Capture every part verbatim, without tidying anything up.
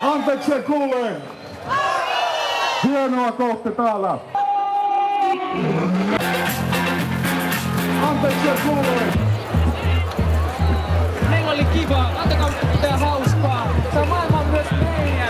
Anteeksi kuulee! Hienoa kohti täällä! Anteeksi kuulee! Meillä oli kiva, antakaa pitää hauskaa. Tämä maailma on myös meidän.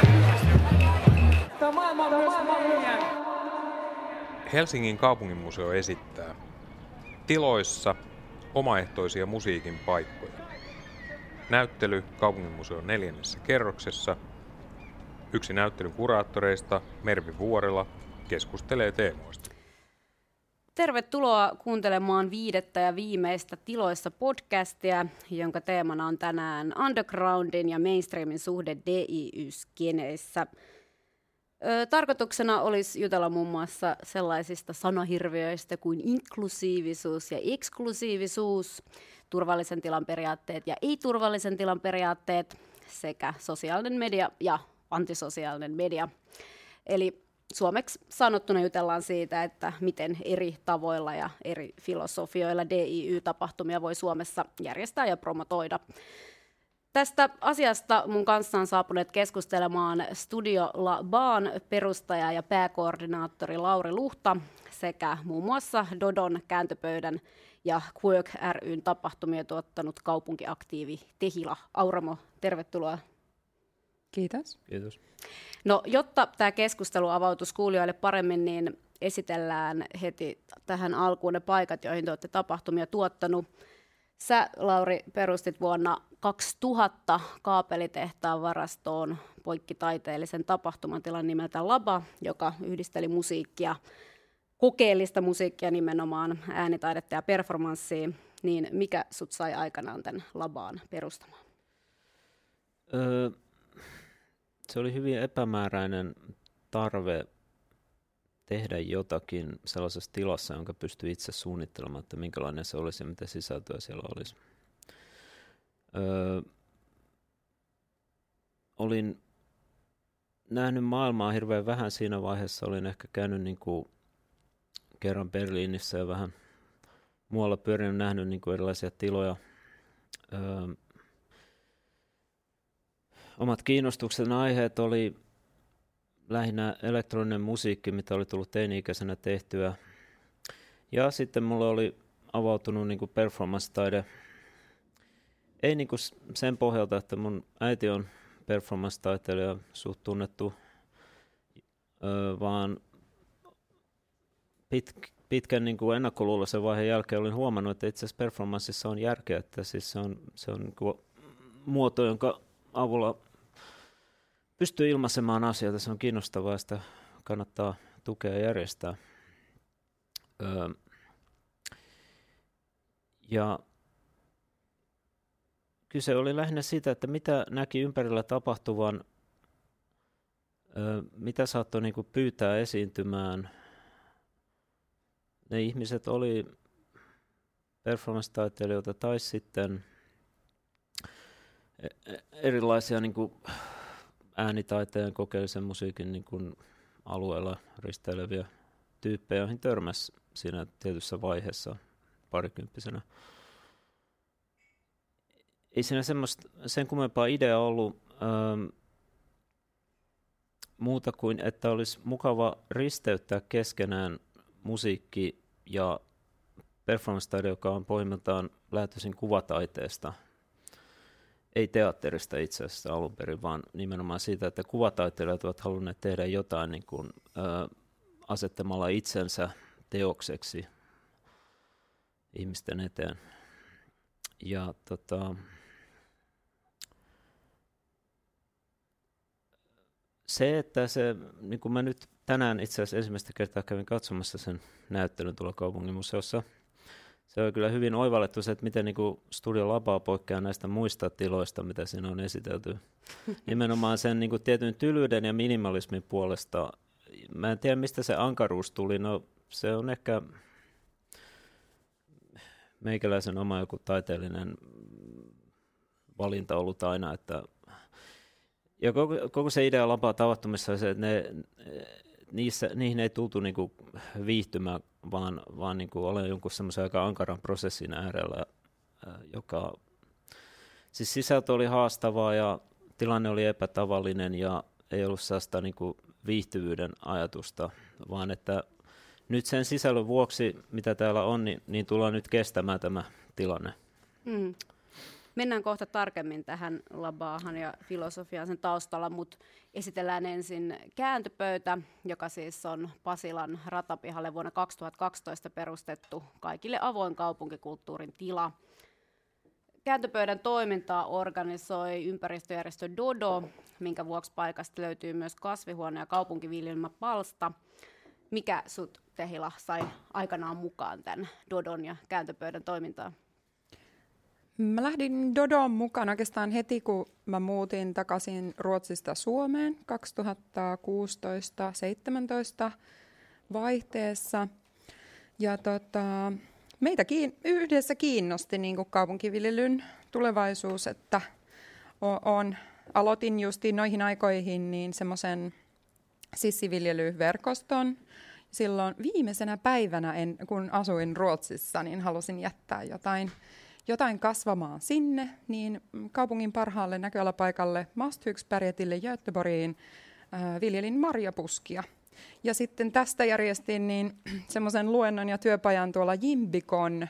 Tämä maailma on myös meidän. Helsingin kaupunginmuseo esittää tiloissa omaehtoisia musiikin paikkoja. Näyttely kaupunginmuseon neljännessä kerroksessa. Yksi näyttelyn kuraattoreista, Mervi Vuorela, keskustelee teemoista. Tervetuloa kuuntelemaan viidettä ja viimeistä Tiloissa podcastia, jonka teemana on tänään undergroundin ja mainstreamin suhde D I Y-skeneissä. Ö, tarkoituksena olisi jutella muun muassa sellaisista sanahirviöistä kuin inklusiivisuus ja eksklusiivisuus, turvallisen tilan periaatteet ja ei-turvallisen tilan periaatteet sekä sosiaalinen media ja antisosiaalinen media. Eli suomeksi sanottuna jutellaan siitä, että miten eri tavoilla ja eri filosofioilla D I Y-tapahtumia voi Suomessa järjestää ja promotoida. Tästä asiasta mun kanssa on saapuneet keskustelemaan Studio La Ban perustaja ja pääkoordinaattori Lauri Luhta sekä muun muassa Dodon kääntöpöydän ja Quirk ry:n tapahtumia tuottanut kaupunkiaktiivi Tehila Auramo. Tervetuloa. Kiitos. Kiitos. No, jotta tämä keskustelu avautuisi kuulijoille paremmin, niin esitellään heti tähän alkuun ne paikat, joihin te olette tapahtumia tuottanut. Sä, Lauri, perustit vuonna kaksituhatta Kaapelitehtaan varastoon poikkitaiteellisen tapahtumatilan nimeltä Laba, joka yhdisteli musiikkia, kokeellista musiikkia nimenomaan, äänitaidetta ja performanssia. Niin mikä sut sai aikanaan tämän Labaan perustamaan? Öö, se oli hyvin epämääräinen tarve tehdä jotakin sellaisessa tilassa, jonka pystyi itse suunnittelemaan, että minkälainen se olisi ja mitä sisältöä siellä olisi. Öö, olin nähnyt maailmaa hirveän vähän siinä vaiheessa. Olin ehkä käynyt niin kuin kerran Berliinissä ja vähän muualla pyörinyt, nähnyt niin kuin erilaisia tiloja. Öö, omat kiinnostuksen aiheet oli lähinnä elektroninen musiikki, mitä oli tullut teini-ikäisenä tehtyä. Ja sitten mulle oli avautunut niin kuin performance-taide. Ei niin kuin sen pohjalta, että mun äiti on performance-taiteilija, suht tunnettu, öö, vaan pit, pitkän niin kuin ennakkoluuloisen vaiheen jälkeen olin huomannut, että itse asiassa performanssissa on järkeä, että siis se on, se on niin kuin muoto, jonka avulla pystyy ilmaisemaan asioita, se on kiinnostavaa ja sitä kannattaa tukea ja järjestää. Öö, ja kyse oli lähinnä siitä, että mitä näki ympärillä tapahtuvan, öö, mitä saattoi niinku pyytää esiintymään. Ne ihmiset oli performance-taiteilijoita tai sitten erilaisia niin kuin äänitaiteen, kokeellisen musiikin niin kuin alueella risteileviä tyyppejä, joihin törmäsi siinä tietyssä vaiheessa parikymppisenä. Ei siinä semmoista, sen kummempaa idea ollut ähm, muuta kuin, että olisi mukava risteyttää keskenään musiikki ja performance-taide, joka on pohjimmiltaan lähtöisin kuvataiteesta. Ei teatterista itse asiassa alun perin, vaan nimenomaan siitä, että kuvataiteilijat ovat halunneet tehdä jotain niin kuin, ö, asettamalla itsensä teokseksi ihmisten eteen. Ja tota, se, että se, niin kuin mä nyt tänään itse asiassa ensimmäistä kertaa kävin katsomassa sen näyttelyn tuolla kaupunginmuseossa, se on kyllä hyvin oivallettu se, että miten niin kuin Studio Laba poikkeaa näistä muista tiloista, mitä siinä on esitelty. Nimenomaan sen niin kuin tietyn tylyyden ja minimalismin puolesta. Mä en tiedä, mistä se ankaruus tuli. No, se on ehkä meikäläisen oma joku taiteellinen valinta ollut aina. Että ja koko, koko se idea Labaa tavattomissa on se, että ne, niissä, niihin ei tultu niin kuin viihtymään, vaan, vaan niin kuin olen jonkun semmoisen aika ankaran prosessin äärellä, joka siis sisältö oli haastavaa ja tilanne oli epätavallinen ja ei ollut sellaista niin kuin viihtyvyyden ajatusta, vaan että nyt sen sisällön vuoksi, mitä täällä on, niin, niin tullaan nyt kestämään tämä tilanne. Mm. Mennään kohta tarkemmin tähän labaahan ja filosofiaan sen taustalla, mutta esitellään ensin Kääntöpöytä, joka siis on Pasilan ratapihalle vuonna kaksituhattakaksitoista perustettu kaikille avoin kaupunkikulttuurin tila. Kääntöpöydän toimintaa organisoi ympäristöjärjestö Dodo, minkä vuoksi paikasta löytyy myös kasvihuone- ja kaupunkiviljelmäpalsta. Mikä sut, Tehila, sai aikanaan mukaan tämän Dodon ja Kääntöpöydän toimintaan? Mä lähdin Dodon mukaan oikeastaan heti, kun mä muutin takaisin Ruotsista Suomeen kaksituhattakuusitoista seitsemäntoista vaihteessa. Ja tota, meitä kiin- yhdessä kiinnosti niin kuin kaupunkiviljelyn tulevaisuus, että on, aloitin justiin noihin aikoihin niin semmoisen sissiviljelyverkoston. Silloin viimeisenä päivänä, en, kun asuin Ruotsissa, niin halusin jättää jotain, jotain kasvamaan sinne, niin kaupungin parhaalle näköalapaikalle Masthögsbergetille Göteborgiin äh, viljelin marjapuskia. Ja sitten tästä järjestin niin semmoisen luennon ja työpajan tuolla Jimbikon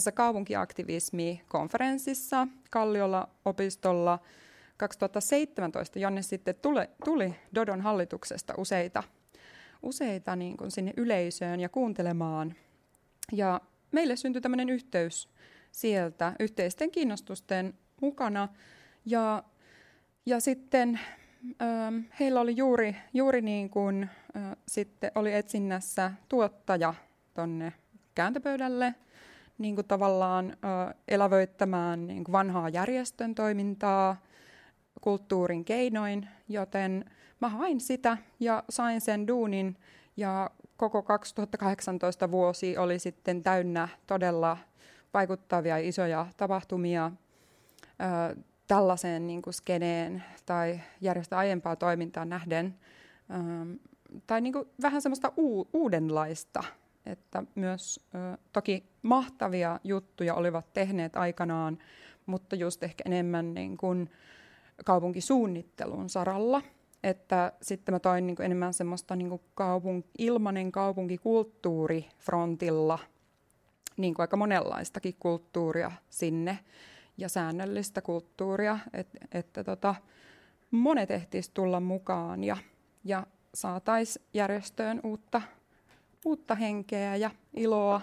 kaupunkiaktivismikonferenssissa Kalliolla opistolla kaksituhattaseitsemäntoista, jonne sitten tuli, tuli Dodon hallituksesta useita, useita niin kuin sinne yleisöön ja kuuntelemaan. Ja meille syntyi tämmöinen yhteys sieltä yhteisten kiinnostusten mukana. Ja, ja sitten ähm, heillä oli juuri, juuri niin kuin äh, sitten oli etsinnässä tuottaja tonne Kääntöpöydälle, niin kuin tavallaan äh, elävöittämään niin kuin vanhaa järjestön toimintaa kulttuurin keinoin, joten mä hain sitä ja sain sen duunin ja koko kaksituhattakahdeksantoista vuosi oli sitten täynnä todella vaikuttavia isoja tapahtumia äh, tällaiseen niin kuin skeneen tai järjestä aiempaa toimintaa nähden. Ähm, tai niin kuin vähän semmoista u- uudenlaista, että myös äh, toki mahtavia juttuja olivat tehneet aikanaan, mutta just ehkä enemmän niin kuin kaupunkisuunnittelun saralla. Että sitten mä toin niin kuin enemmän semmoista niin kuin kaupunk- ilmainen kaupunkikulttuuri frontilla, niin kuin aika monenlaistakin kulttuuria sinne ja säännöllistä kulttuuria, et, että tota, monet ehtis tulla mukaan ja, ja saataisiin järjestöön uutta, uutta henkeä ja iloa.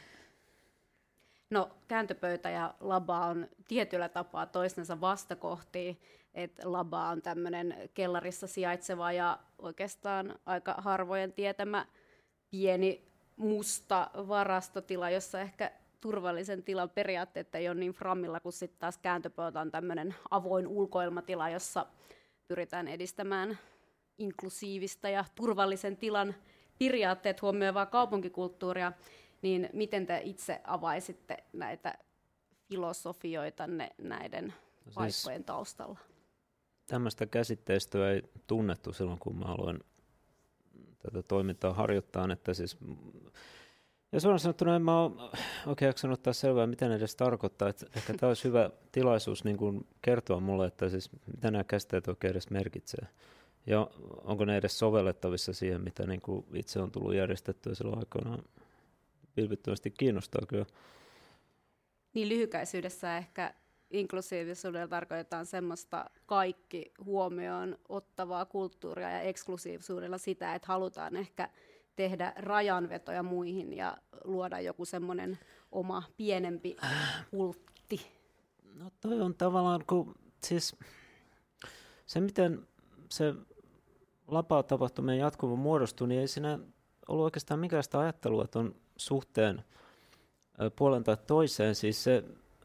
No, Kääntöpöytä ja Laba on tietyllä tapaa toistensa vastakohtia, että Laba on tämmöinen kellarissa sijaitseva ja oikeastaan aika harvojen tietämä pieni musta varastotila, jossa ehkä turvallisen tilan periaatteet ei ole niin frammilla, kun sitten taas Kääntöpöytä on tämmöinen avoin ulkoilmatila, jossa pyritään edistämään inklusiivista ja turvallisen tilan periaatteet huomioivaa kaupunkikulttuuria. Niin miten te itse avaisitte näitä filosofioitanne näiden no siis paikkojen taustalla? Tämmöistä käsitteistöä ei tunnettu silloin, kun mä aloin tätä toimintaa harjoittaa, että siis ja suoraan sanottuna en mä ole oikein jaksanut ottaa selvää, mitä ne edes tarkoittaa. Että ehkä tämä olisi hyvä tilaisuus niin kuin kertoa mulle, että siis mitä nämä käsitteet oikein edes merkitsee. Ja onko ne edes sovellettavissa siihen, mitä niin kuin itse on tullut järjestettyä silloin aikoinaan. Vilpittömästi kiinnostaa kyllä. Niin lyhykäisyydessä ehkä inklusiivisuudella tarkoitetaan semmoista kaikki huomioon ottavaa kulttuuria ja eksklusiivisuudella sitä, että halutaan ehkä tehdä rajanvetoja muihin ja luoda joku semmoinen oma pienempi kultti. No toi on tavallaan, kun siis se miten se Laba-tapahtumien jatkuma muodostui, niin ei siinä ollut oikeastaan minkäänlaista ajattelua tuon suhteen puolen tai toiseen. Siis, se,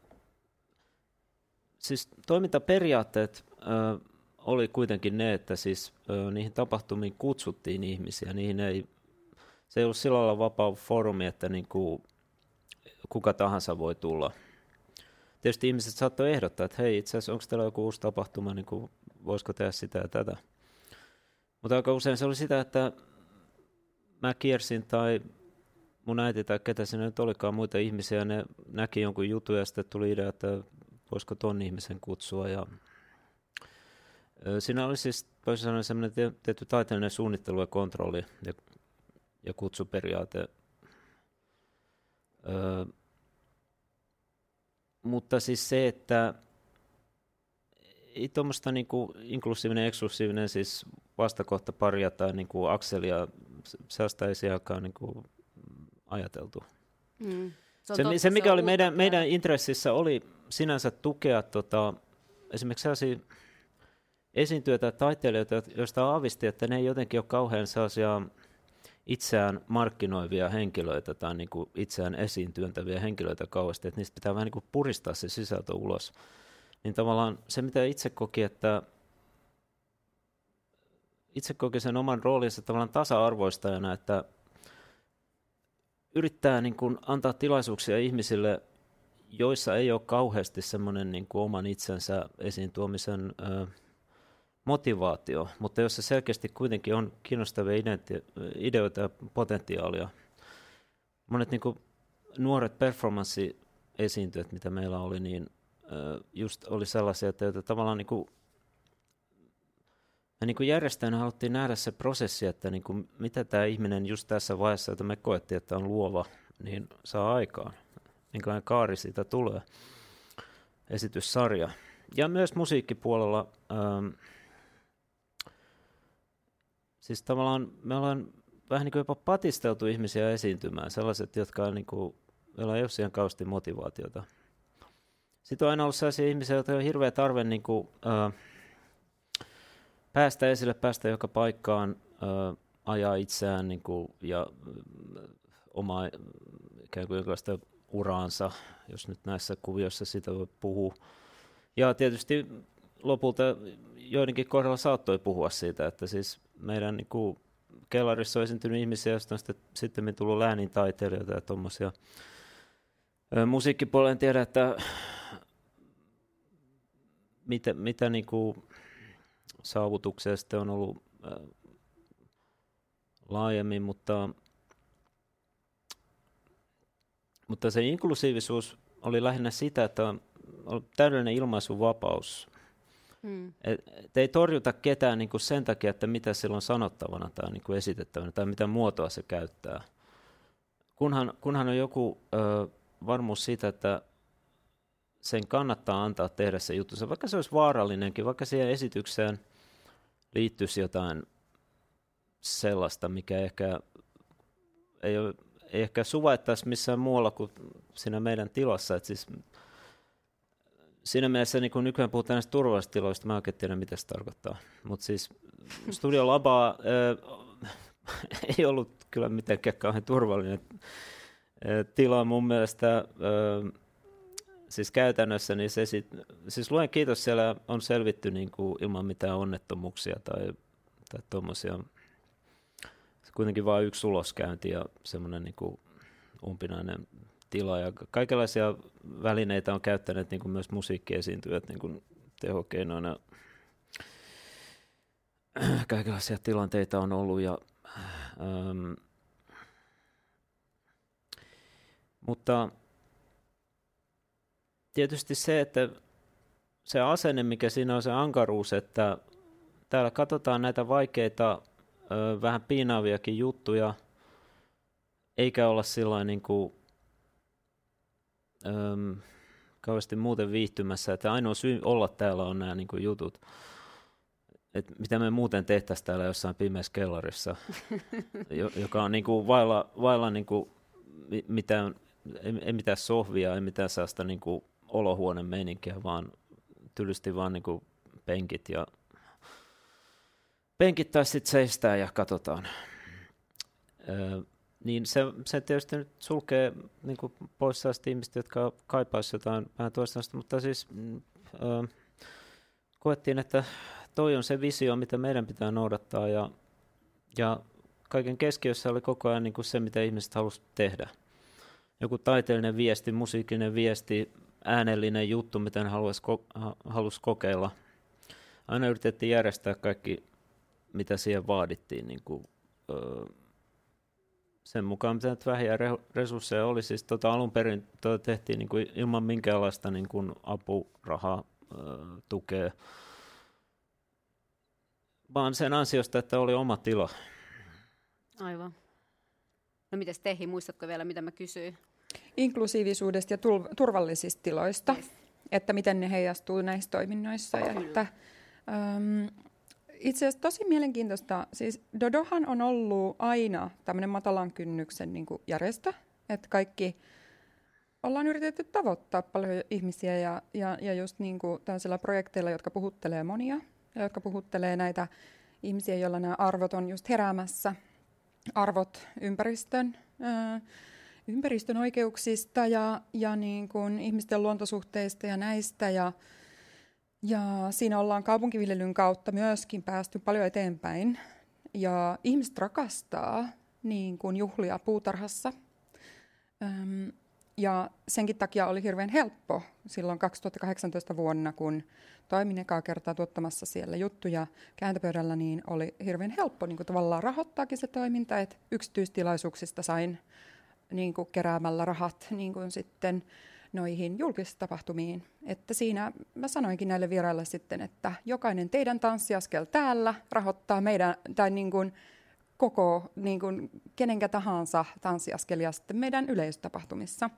siis toimintaperiaatteet ö, oli kuitenkin ne, että siis, ö, niihin tapahtumiin kutsuttiin ihmisiä. Niihin ei, se ei ollut sillä lailla vapaa foorumi, että niin kuin kuka tahansa voi tulla. Tietysti ihmiset saattoi ehdottaa, että hei, itse asiassa onko täällä joku uusi tapahtuma, niin kuin, voisiko tehdä sitä ja tätä. Mutta aika usein se oli sitä, että mä kiersin tai mun äiti tai ketä siinä nyt olikaan muita ihmisiä, ne näki jonkun jutun ja sitten tuli idea, että voisiko ton ihmisen kutsua. Ja Siinä oli siis toisin sanoen sellainen tietty taiteellinen suunnittelu ja kontrolli ja, ja kutsuperiaate. Öö, mutta siis se, että ei tuommoista niinku inklusiivinen, eksklusiivinen siis vastakohta paria tai niinku akselia, sellaista ei sielläkaan niinku ajateltu. Mm. Se, se, totta, se, mikä se oli meidän, uutta. meidän intressissä, oli sinänsä tukea tota, esimerkiksi sellaisia esiintyjä taiteilijoita, joista aavisti, että ne ei jotenkin ole kauhean sellaisia itseään markkinoivia henkilöitä tai niin kuin itseään esiin työntäviä henkilöitä kauheasti, että niistä pitää vähän niin kuin puristaa se sisältö ulos. Niin tavallaan se, mitä itse koki, että itse koki sen oman roolinsa tavallaan tasa-arvoistajana, että yrittää niin kuin antaa tilaisuuksia ihmisille, joissa ei ole kauheasti semmoinen niin kuin oman itsensä esiin tuomisen ö, motivaatio, mutta jossa selkeästi kuitenkin on kiinnostavia identi- ideoita ja potentiaalia. Monet niin kuin nuoret performance-esiintyjät, mitä meillä oli, niin ö, just oli sellaisia, että joita tavallaan niin kuin me niin kuin järjestäjänä haluttiin nähdä se prosessi, että niin kuin mitä tämä ihminen just tässä vaiheessa, jota me koettiin, että on luova, niin saa aikaan. Minkälainen kaari siitä tulee, esityssarja. Ja myös musiikkipuolella, ähm, siis tavallaan me ollaan vähän niin kuin jopa patisteltu ihmisiä esiintymään, sellaiset, jotka on niin kuin, joilla ei ole siihen kauheasti motivaatiota. Sitten on aina ollut sellaisia ihmisiä, joilla on hirveä tarve niin kuin, äh, päästä esille, päästä joka paikkaan, äh, ajaa itseään niin kuin, ja äh, omaa ikään kuin jonkinlaista uraansa, jos nyt näissä kuvioissa sitä voi puhua. Ja tietysti lopulta joidenkin kohdalla saattoi puhua siitä, että siis meidän niin kuin kellarissa on esiintynyt ihmisiä, joista on sitten, sitten tullut läänintaiteilijoita ja tuommoisia. Musiikkipuolella en tiedä, että mitä, mitä niin kuin saavutuksia sitten on ollut äh, laajemmin, mutta Mutta se inklusiivisuus oli lähinnä sitä, että on täydellinen ilmaisuvapaus. Hmm. Et, et ei torjuta ketään niin kuin sen takia, että mitä sillä on sanottavana tai niin kuin esitettävänä tai mitä muotoa se käyttää. Kunhan, kunhan on joku ö, varmuus siitä, että sen kannattaa antaa tehdä se juttu. Vaikka se olisi vaarallinenkin, vaikka siihen esitykseen liittyisi jotain sellaista, mikä ehkä ei ole ei ehkä suvaittaisi missään muualla kuin siinä meidän tilassa. Et siis siinä mielessä niin kun nykyään puhutaan näistä turvallisista tiloista, mä en oikein tiedä, mitä se tarkoittaa. Mutta siis Studio Laba äh, ei ollut kyllä mitenkään kauhean turvallinen äh, tila mun mielestä. Äh, siis käytännössä, niin se sit, siis luen kiitos, siellä on selvitty niin kuin ilman mitään onnettomuuksia tai, tai tuommoisia. Kuitenkin vain yksi uloskäynti ja semmoinen niin kuin umpinainen tila. Ja kaikenlaisia välineitä on käyttäneet niin kuin myös musiikkiesiintyjät niin kuin tehokeinoina. Kaikenlaisia tilanteita on ollut. Ja, ähm, mutta tietysti se, että se asenne, mikä siinä on se ankaruus, että täällä katsotaan näitä vaikeita Ö, vähän piinaaviakin juttuja, eikä olla sillain niin kuin, öm, kauheasti muuten viihtymässä, että ainoa syy olla täällä on nämä niin kuin jutut. Et mitä me muuten tehtäisiin täällä jossain pimeässä kellarissa, joka on niin kuin vailla, vailla niin kuin mitään, ei, ei mitään sohvia, ei mitään sellaista niin kuin olohuoneen meininkiä, vaan tylysti vaan niin kuin penkit ja penkit tai sitten seistää ja katsotaan. Öö, niin se, se tietysti nyt sulkee niin kuin pois sellaiset ihmiset, jotka kaipaisivat jotain vähän toistansa, mutta siis öö, koettiin, että toi on se visio, mitä meidän pitää noudattaa ja, ja kaiken keskiössä oli koko ajan niin kuin se, mitä ihmiset halusivat tehdä. Joku taiteellinen viesti, musiikillinen viesti, äänellinen juttu, mitä ne halusi, halusi kokeilla. Aina yritettiin järjestää kaikki, mitä siihen vaadittiin, niin kuin, öö, sen mukaan, mitä nyt vähiä resursseja oli. Siis tota, alun perin tota tehtiin niin kuin ilman minkäänlaista niin kuin apurahaa, öö, tukea. vaan sen ansiosta, että oli oma tila. Aivan. No mites Tehi, muistatko vielä, mitä mä kysyin? Inklusiivisuudesta ja tul- turvallisista tiloista, Yes. että miten ne heijastuu näissä toiminnoissa. Ja että, äm, itse asiassa tosi mielenkiintoista, siis Dodohan on ollut aina tämmöinen matalan kynnyksen niin kuin järjestö, että kaikki ollaan yritetty tavoittaa paljon ihmisiä ja, ja, ja just niin kuin tällaisilla projekteilla, jotka puhuttelee monia ja jotka puhuttelee näitä ihmisiä, joilla nämä arvot on just heräämässä. Arvot ympäristön, ää, ympäristön oikeuksista ja, ja niin kuin ihmisten luontosuhteista ja näistä. Ja, ja siinä ollaan kaupunkiviljelyn kautta myöskin päästy paljon eteenpäin. Ja ihmiset rakastaa niin kuin juhlia puutarhassa. Öm, ja senkin takia oli hirveän helppo silloin kaksituhattakahdeksantoista vuonna, kun toimin ekaa kertaa tuottamassa siellä juttuja kääntöpöydällä, niin oli hirveän helppo niin kuin tavallaan rahoittaakin se toiminta, että yksityistilaisuuksista sain niin kuin keräämällä rahat niin kuin sitten noihin julkistapahtumiin. Että siinä mä sanoinkin näille vieraille sitten, että jokainen teidän tanssiaskel täällä rahoittaa meidän, tai niin kuin koko niin kuin kenenkä tahansa tanssiaskelia sitten meidän yleisötapahtumissa.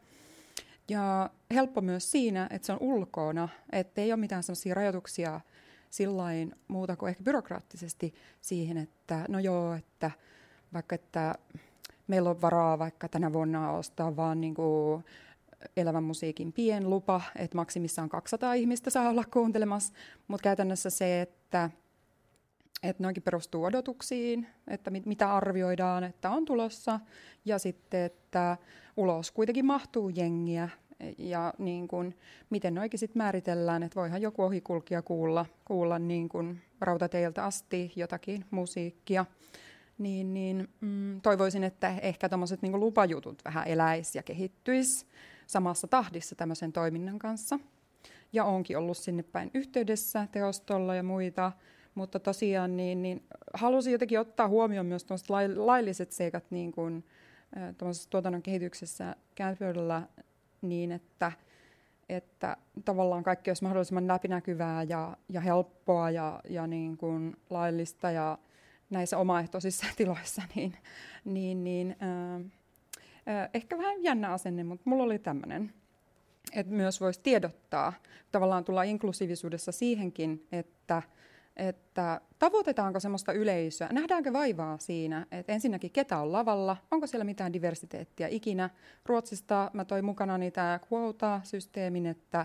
Ja helppo myös siinä, että se on ulkona, että ei ole mitään sellaisia rajoituksia sillain muuta kuin ehkä byrokraattisesti siihen, että no joo, että vaikka että meillä on varaa vaikka tänä vuonna ostaa vaan niin kuin elävän musiikin pienlupa, että maksimissaan kaksisataa ihmistä saa olla kuuntelemassa, mutta käytännössä se, että että noinkin perustuu odotuksiin, että mit, mitä arvioidaan, että on tulossa, ja sitten, että ulos kuitenkin mahtuu jengiä, ja niin kun, miten noinkin sitten määritellään, että voihan joku ohikulkija kuulla, kuulla niin kun rautateiltä asti jotakin musiikkia, niin, niin mm, toivoisin, että ehkä tuommoiset niin kun lupajutut vähän eläisi ja kehittyisi samassa tahdissa tämmöisen toiminnan kanssa. Ja onkin ollut sinne päin yhteydessä teostolla ja muita, mutta tosiaan niin, niin halusin jotenkin ottaa huomioon myös tuommoiset lailliset seikat niin kuin tuommoisessa tuotannon kehityksessä kääntöpöydällä niin, että, että tavallaan kaikki olisi mahdollisimman läpinäkyvää ja, ja helppoa ja, ja niin kuin laillista ja näissä omaehtoisissa tiloissa, niin, niin, niin äh, äh, ehkä vähän jännä asenne, mutta mulla oli tämmöinen, että myös voisi tiedottaa, tavallaan tulla inklusiivisuudessa siihenkin, että että tavoitetaanko semmoista yleisöä, nähdäänkö vaivaa siinä, että ensinnäkin ketä on lavalla, onko siellä mitään diversiteettiä ikinä. Ruotsista mä toin mukanani tämä quota-systeemin, että,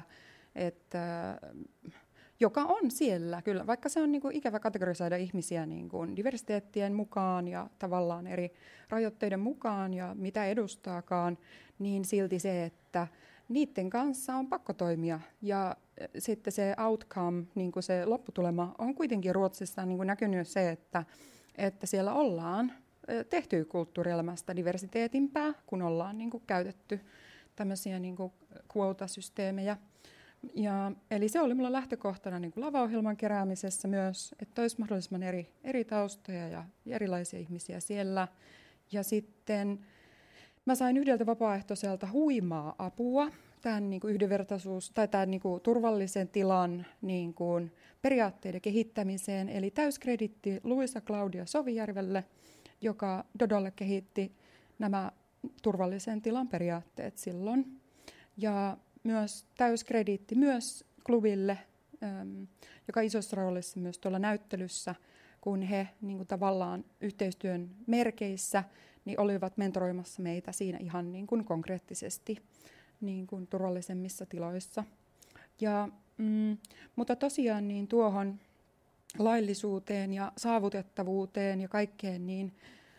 että joka on siellä kyllä, vaikka se on niinku ikävä kategorisoida ihmisiä niinku diversiteettien mukaan ja tavallaan eri rajoitteiden mukaan ja mitä edustaakaan, niin silti se, että niiden kanssa on pakko toimia ja sitten se outcome, niin kuin se lopputulema, on kuitenkin Ruotsissa niin kuin näkynyt se, että, että siellä ollaan tehty kulttuurielämästä diversiteetimpää, kun ollaan niin kuin käytetty tämmöisiä niin kuin quota-systeemejä. Ja, eli se oli mulla lähtökohtana niin kuin lavaohjelman keräämisessä myös, että olisi mahdollisimman eri, eri taustoja ja erilaisia ihmisiä siellä. Ja sitten mä sain yhdeltä vapaaehtoiselta huimaa apua tämän niin kuin yhdenvertaisuus tai tämän niin kuin turvallisen tilan niin kuin periaatteiden kehittämiseen. Eli täyskreditti Luisa Claudia Sovijärvelle, joka Dodolle kehitti nämä turvallisen tilan periaatteet silloin. Ja myös täyskrediitti myös klubille, äm, joka isossa roolissa myös tuolla näyttelyssä, kun he niin kuin tavallaan yhteistyön merkeissä niin olivat mentoroimassa meitä siinä ihan niin kuin konkreettisesti niin kuin turvallisemmissa tiloissa. Ja, mm, mutta tosiaan niin tuohon laillisuuteen ja saavutettavuuteen ja kaikkeen niin,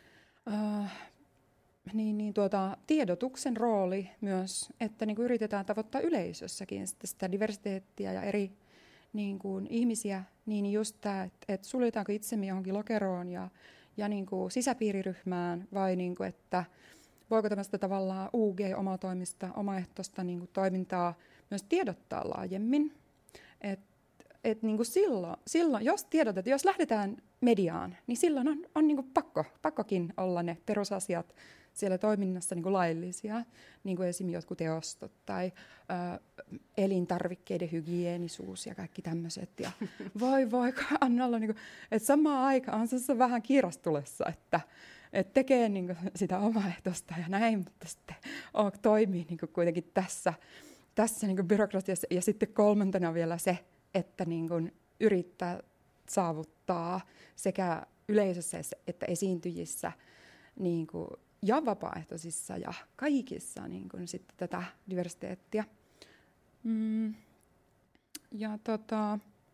äh, niin, niin tuota, tiedotuksen rooli myös, että niin kuin yritetään tavoittaa yleisössäkin sitä diversiteettiä ja eri niin kuin ihmisiä, niin just tämä, että, että suljetaanko itsemme johonkin lokeroon ja ja niin kuin sisäpiiriryhmään, vai niin kuin, että voiko tämmöistä tavallaan U G-omatoimista, omaehtoista niin kuin toimintaa myös tiedottaa laajemmin. Et, et niin kuin silloin, silloin, jos tiedotetaan, jos lähdetään mediaan, niin silloin on, on niin kuin pakko, pakkokin olla ne perusasiat siellä toiminnassa niin kuin laillisia, niin kuin esimerkiksi jotkut teostot tai ö, elintarvikkeiden hygienisuus ja kaikki tämmöiset. Ja voi voi, Annalla, niin kuin, että samaan aikaan on se vähän kiirastulessa, että et tekee niin kuin sitä omaehtoista ja näin, mutta sitten on, toimii niin kuin kuitenkin tässä, tässä niin kuin byrokratiassa. Ja sitten kolmantena vielä se, että niin kuin yrittää saavuttaa sekä yleisössä että esiintyjissä niin kuin, ja vapaaehtoisissa ja kaikissa niin kuin, sitten tätä diversiteettiä. Mm. Ja tota,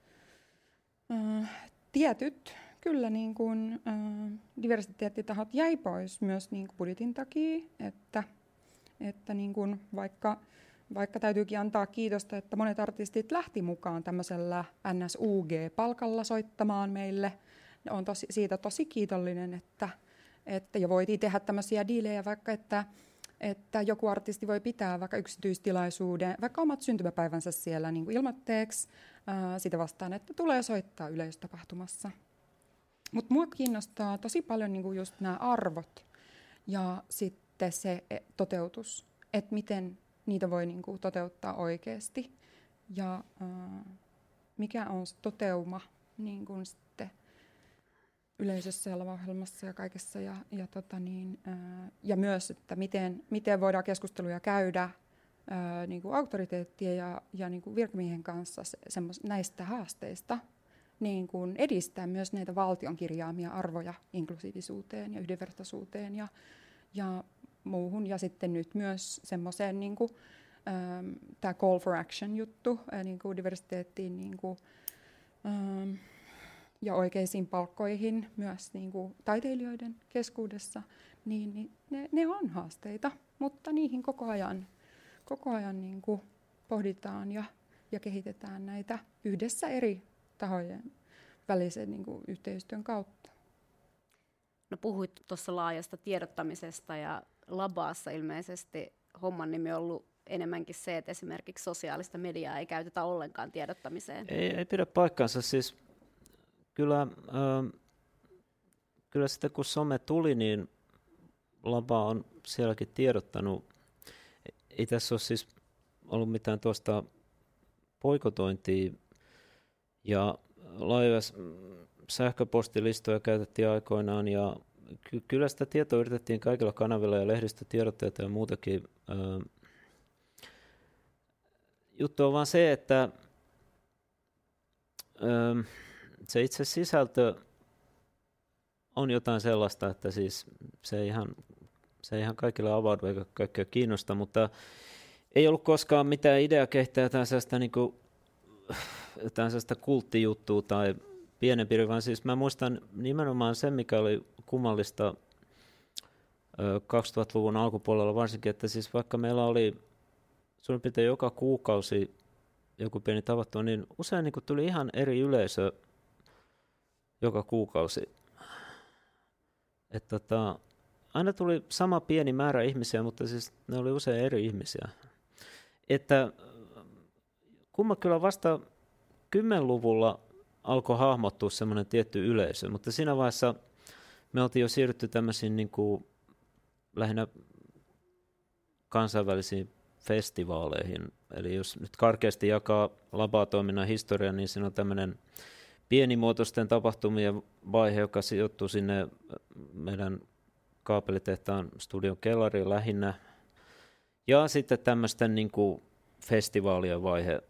äh, tietyt kyllä niin kuin, äh, diversiteettitahot jäi pois myös niin kuin budjetin takia, että, että niin kuin, vaikka, vaikka täytyykin antaa kiitosta, että monet artistit lähti mukaan tämmöisellä N S U G-palkalla soittamaan meille. Olen tosi, siitä tosi kiitollinen, että, että jo voitiin tehdä tämmöisiä diilejä, vaikka että, että joku artisti voi pitää vaikka yksityistilaisuuden, vaikka omat syntymäpäivänsä siellä niin kuin ilmoitteeksi ää, sitä vastaan, että tulee soittaa yleisötapahtumassa. Mutta mua kiinnostaa tosi paljon niin kuin just nämä arvot ja sitten se toteutus, että miten niitä voi niin kuin toteuttaa oikeasti ja ää, mikä on se toteuma niin kuin sitten yleisössä ja lavaohjelmassa ja kaikessa. Ja, ja, tota niin, ää, ja myös, että miten, miten voidaan keskusteluja käydä ää, niin kuin auktoriteettien ja, ja niin kuin virkamiehen kanssa se, semmos, näistä haasteista. Niin kuin edistää myös näitä valtion kirjaamia arvoja inklusiivisuuteen ja yhdenvertaisuuteen ja, ja muuhun. Ja sitten nyt myös semmoiseen niin kuin, ähm, tämä call for action juttu äh, niin kuin diversiteettiin niin kuin, ähm, ja oikeisiin palkkoihin myös niin kuin taiteilijoiden keskuudessa, niin, niin ne, ne on haasteita, mutta niihin koko ajan, koko ajan niin kuin pohditaan ja, ja kehitetään näitä yhdessä eri tahojen välisen niin kuin yhteistyön kautta. No puhuit tuossa laajasta tiedottamisesta ja Labaassa ilmeisesti homman nimi on ollut enemmänkin se, että esimerkiksi sosiaalista mediaa ei käytetä ollenkaan tiedottamiseen. Ei, ei pidä paikkaansa. Siis kyllä, äh, kyllä sitten kun some tuli, niin Laba on sielläkin tiedottanut. Ei tässä ole siis ollut mitään tuosta boikotointia. Ja laajoja sähköpostilistoja käytettiin aikoinaan ja ky- kyllä sitä tietoa yritettiin kaikilla kanavilla ja lehdistötiedotteita ja muutakin. Ö, juttu on vaan se, että ö, se itse sisältö on jotain sellaista, että siis se ei ihan, se ei ihan kaikille avaudu eikä kaikkea kiinnosta, mutta ei ollut koskaan mitään idea kehittää jotain sellaista niin kuin jotain sellaista kulttijuttua tai pienempi, vaan siis mä muistan nimenomaan sen, mikä oli kummallista kaksituhattaluvun alkupuolella varsinkin, että siis vaikka meillä oli suurin piirtein joka kuukausi joku pieni tapahtuma, niin usein niin kuin tuli ihan eri yleisö joka kuukausi. Että tota, aina tuli sama pieni määrä ihmisiä, mutta siis ne oli usein eri ihmisiä. Että kumma kyllä vasta kymmenluvulla alkoi hahmottua semmoinen tietty yleisö, mutta siinä vaiheessa me oltiin jo siirrytty tämmöisiin niin kuin lähinnä kansainvälisiin festivaaleihin. Eli jos nyt karkeasti jakaa Laba-toiminnan historian, niin siinä on tämmöinen pienimuotoisten tapahtumien vaihe, joka sijoittuu sinne meidän kaapelitehtaan studion kellariin lähinnä. Ja sitten tämmöisten niin kuin festivaalien vaihe,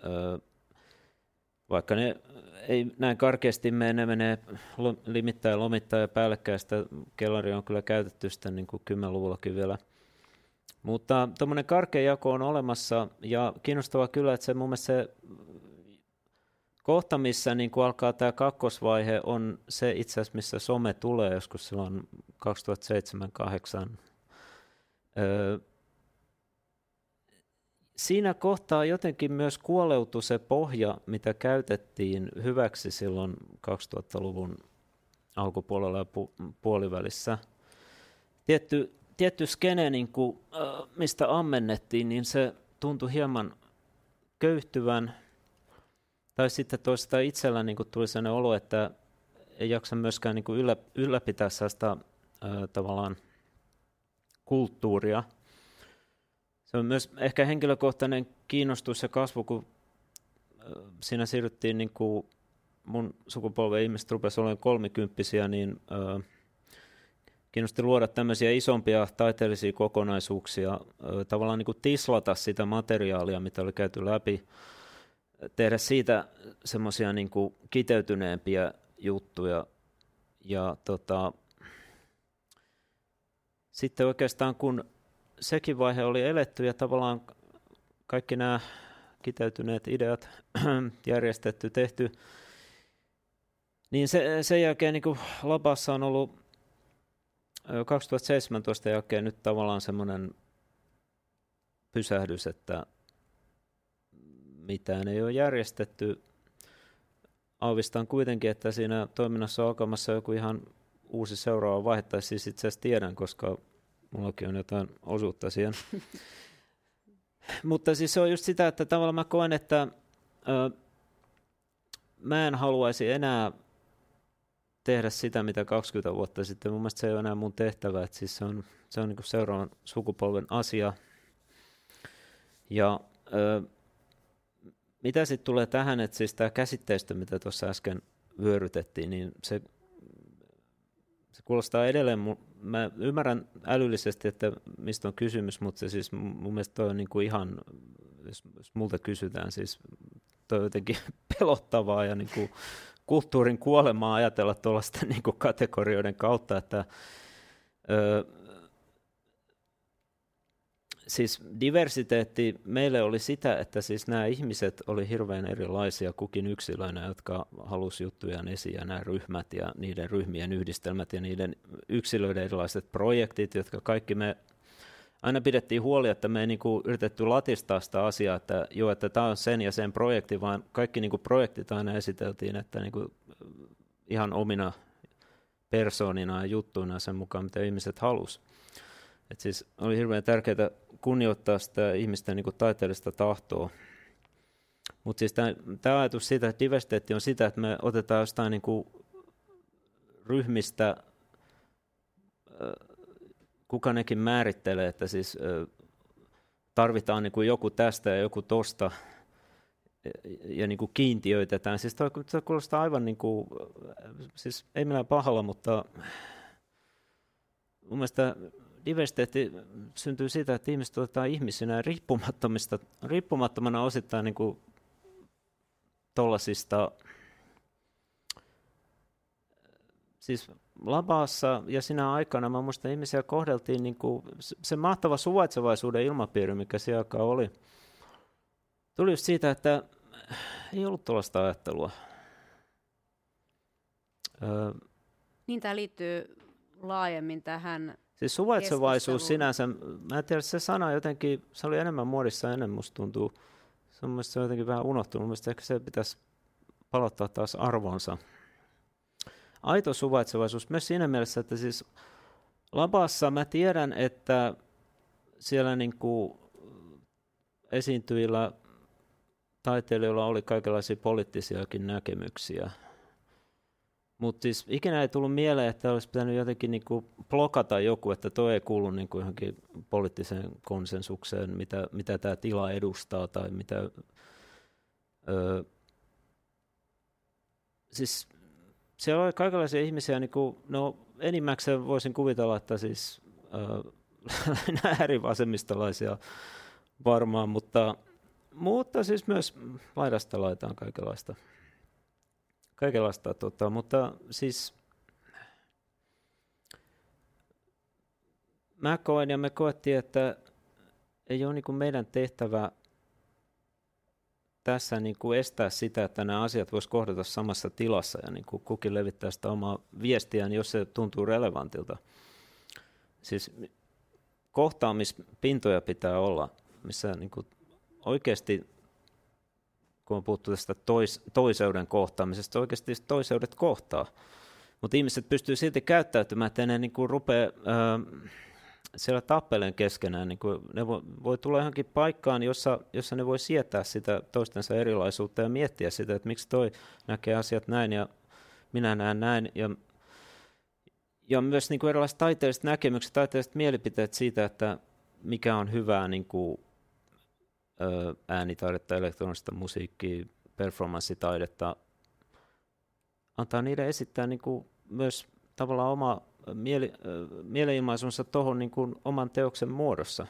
vaikka ne ei näin karkeasti mene, ne menee limittäin ja lomittain ja päällekkäin, sitä kellaria on kyllä käytetty sitten niin kuin kymmenluvullakin vielä. Mutta tuommoinen karkea jako on olemassa ja kiinnostavaa kyllä, että se mun mielestä se kohta, missä niin kuin alkaa tämä kakkosvaihe, on se itse asiassa, missä some tulee joskus silloin kaksituhattaseitsemän kahdeksan. Öö, Siinä kohtaa jotenkin myös kuoleutui se pohja, mitä käytettiin hyväksi silloin kaksituhattaluvun alkupuolella ja pu- puolivälissä. Tietty, tietty skene, niin kuin, äh, mistä ammennettiin, niin se tuntui hieman köyhtyvän. Tai sitten toista itsellä niin kuin tuli sellainen olo, että ei jaksa myöskään niin kuin yllä, ylläpitää sellaista äh, tavallaan kulttuuria. Se on myös ehkä henkilökohtainen kiinnostus ja kasvu, kun siinä siirryttiin, niin kuin mun sukupolven ihmiset rupesivat olemaan kolmikymppisiä, niin äh, kiinnosti luoda tämmöisiä isompia taiteellisia kokonaisuuksia, äh, tavallaan niin kuin tislata sitä materiaalia, mitä oli käyty läpi, tehdä siitä semmoisia niin kuin kiteytyneempiä juttuja. Ja tota, sitten oikeastaan kun sekin vaihe oli eletty ja tavallaan kaikki nämä kiteytyneet ideat järjestetty, tehty, niin se, sen jälkeen niin kuin Labassa on ollut kaksituhattaseitsemäntoista jälkeen nyt tavallaan semmoinen pysähdys, että mitään ei ole järjestetty. Aavistan kuitenkin, että siinä toiminnassa on alkamassa joku ihan uusi seuraava vaihe, tai siis itse asiassa tiedän, koska mullakin on jotain osuutta siihen. Mutta siis se on just sitä, että tavallaan mä koen, että ö, mä en haluaisi enää tehdä sitä, mitä kaksikymmentä vuotta sitten. Mun mielestä se ei ole enää mun tehtävä, että siis se on, se on niin kuin seuraavan sukupolven asia. Ja ö, mitä sitten tulee tähän, että siis tämä käsitteistö, mitä tuossa äsken vyörytettiin, niin se, se kuulostaa edelleen, mä ymmärrän älyllisesti, että mistä on kysymys, mutta se siis mun mielestä toi on niinku ihan, jos, jos multa kysytään, siis toi on jotenkin pelottavaa ja niinku kulttuurin kuolemaa ajatella tuollaisten niinku kategorioiden kautta, että ö, siis diversiteetti meille oli sitä, että siis nämä ihmiset oli hirveän erilaisia kukin yksilöinä, jotka halusi juttujaan esiin, ja nämä ryhmät ja niiden ryhmien yhdistelmät ja niiden yksilöiden erilaiset projektit, jotka kaikki me aina pidettiin huoli, että me ei niinku yritetty latistaa sitä asiaa, että joo, että tämä on sen ja sen projekti, vaan kaikki niinku projektit aina esiteltiin, että niinku ihan omina persoonina ja juttuina sen mukaan, mitä ihmiset halusi. Et siis oli hirveän tärkeää kunnioittaa sitä ihmisten niinku taiteellista tahtoa. Mutta siis tämä ajatus siitä, että diversiteetti on sitä, että me otetaan jostain niinku ryhmistä, kuka nekin määrittelee, että siis tarvitaan niinku joku tästä ja joku tosta, ja niinku kiintiöitetään. Siis toi, toi kuulostaa aivan, niinku, siis ei millään pahalla, mutta mun mielestä diversiteetti syntyy siitä, että ihmiset otetaan ihmisinä riippumattomista, riippumattomana osittain niin kuin tollasista, siis Labassa ja sinä aikana mä muistan, ihmisiä kohdeltiin niin kuin se mahtava suvaitsevaisuuden ilmapiiri, mikä siellä aikaa oli. Tuli just siitä, että ei ollut tuollaista ajattelua. Öö, niin tämä liittyy laajemmin tähän. Siis suvaitsevaisuus sinänsä, mä en tiedä, se sana jotenkin, se oli enemmän muodissa ennen, musta tuntuu. Se on mielestäni se on jotenkin vähän unohtunut, mielestäni ehkä se pitäisi palauttaa taas arvonsa. Aito suvaitsevaisuus myös siinä mielessä, että siis Labassa mä tiedän, että siellä niin kuin esiintyjillä taiteilijoilla oli kaikenlaisia poliittisiakin näkemyksiä. Mutta siis ikinä ei tullut mieleen, että olisi pitänyt jotenkin niinku blokata joku, että toi ei kuulu niinku johonkin poliittiseen konsensukseen, mitä, mitä tämä tila edustaa. Tai mitä, öö, siis siellä oli kaikenlaisia ihmisiä, niinku, no enimmäkseen voisin kuvitella, että siis öö, äärivasemmistolaisia varmaan, mutta, mutta siis myös laidasta laitaan kaikenlaista. Kaikenlaista, tota, mutta siis mä koen ja me koettiin, että ei ole niin kuin meidän tehtävä tässä niin kuin estää sitä, että nämä asiat vois kohdata samassa tilassa ja niin kuin kukin levittää sitä omaa viestiään, jos se tuntuu relevantilta. Siis kohtaamispintoja pitää olla, missä niin kuin oikeasti, kun on puhuttu tästä tois, toiseuden kohtaamisesta, oikeasti toiseudet kohtaa. Mutta ihmiset pystyy silti käyttäytymään, että ne niinku rupeaa äh, siellä tappeleen keskenään. Niinku ne voi, voi tulla johonkin paikkaan, jossa, jossa ne voi sietää sitä toistensa erilaisuutta ja miettiä sitä, että miksi toi näkee asiat näin ja minä näen näin. Ja, ja myös niin kuin erilaiset taiteelliset näkemykset, taiteelliset mielipiteet siitä, että mikä on hyvää niin kuin, ö, äänitaidetta, elektronista musiikkia, performanssitaidetta, antaa niiden esittää niin kuin myös tavallaan oma mieli, ö, mielenilmaisunsa tuohon niin kuin oman teoksen muodossa.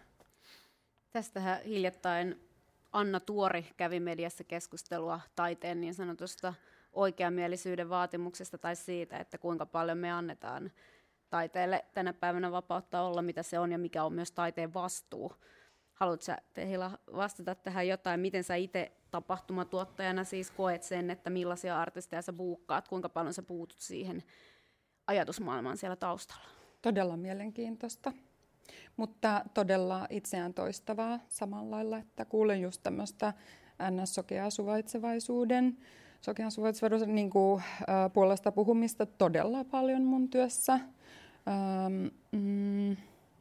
Tästähän hiljattain Anna Tuori kävi mediassa keskustelua taiteen niin sanotusta oikeamielisyyden vaatimuksesta tai siitä, että kuinka paljon me annetaan taiteelle tänä päivänä vapautta olla, mitä se on ja mikä on myös taiteen vastuu. Haluatko sä, Tehila, vastata tähän jotain? Miten sä itse tapahtumatuottajana siis koet sen, että millaisia artisteja sä buukkaat, kuinka paljon sä puutut siihen ajatusmaailmaan siellä taustalla? Todella mielenkiintoista, mutta todella itseään toistavaa samalla lailla, että kuulen just tämmöistä ns-sokeaa suvaitsevaisuuden, sokean suvaitsevaisuuden niin kuin, äh, puolesta puhumista todella paljon mun työssä. Ähm, mm,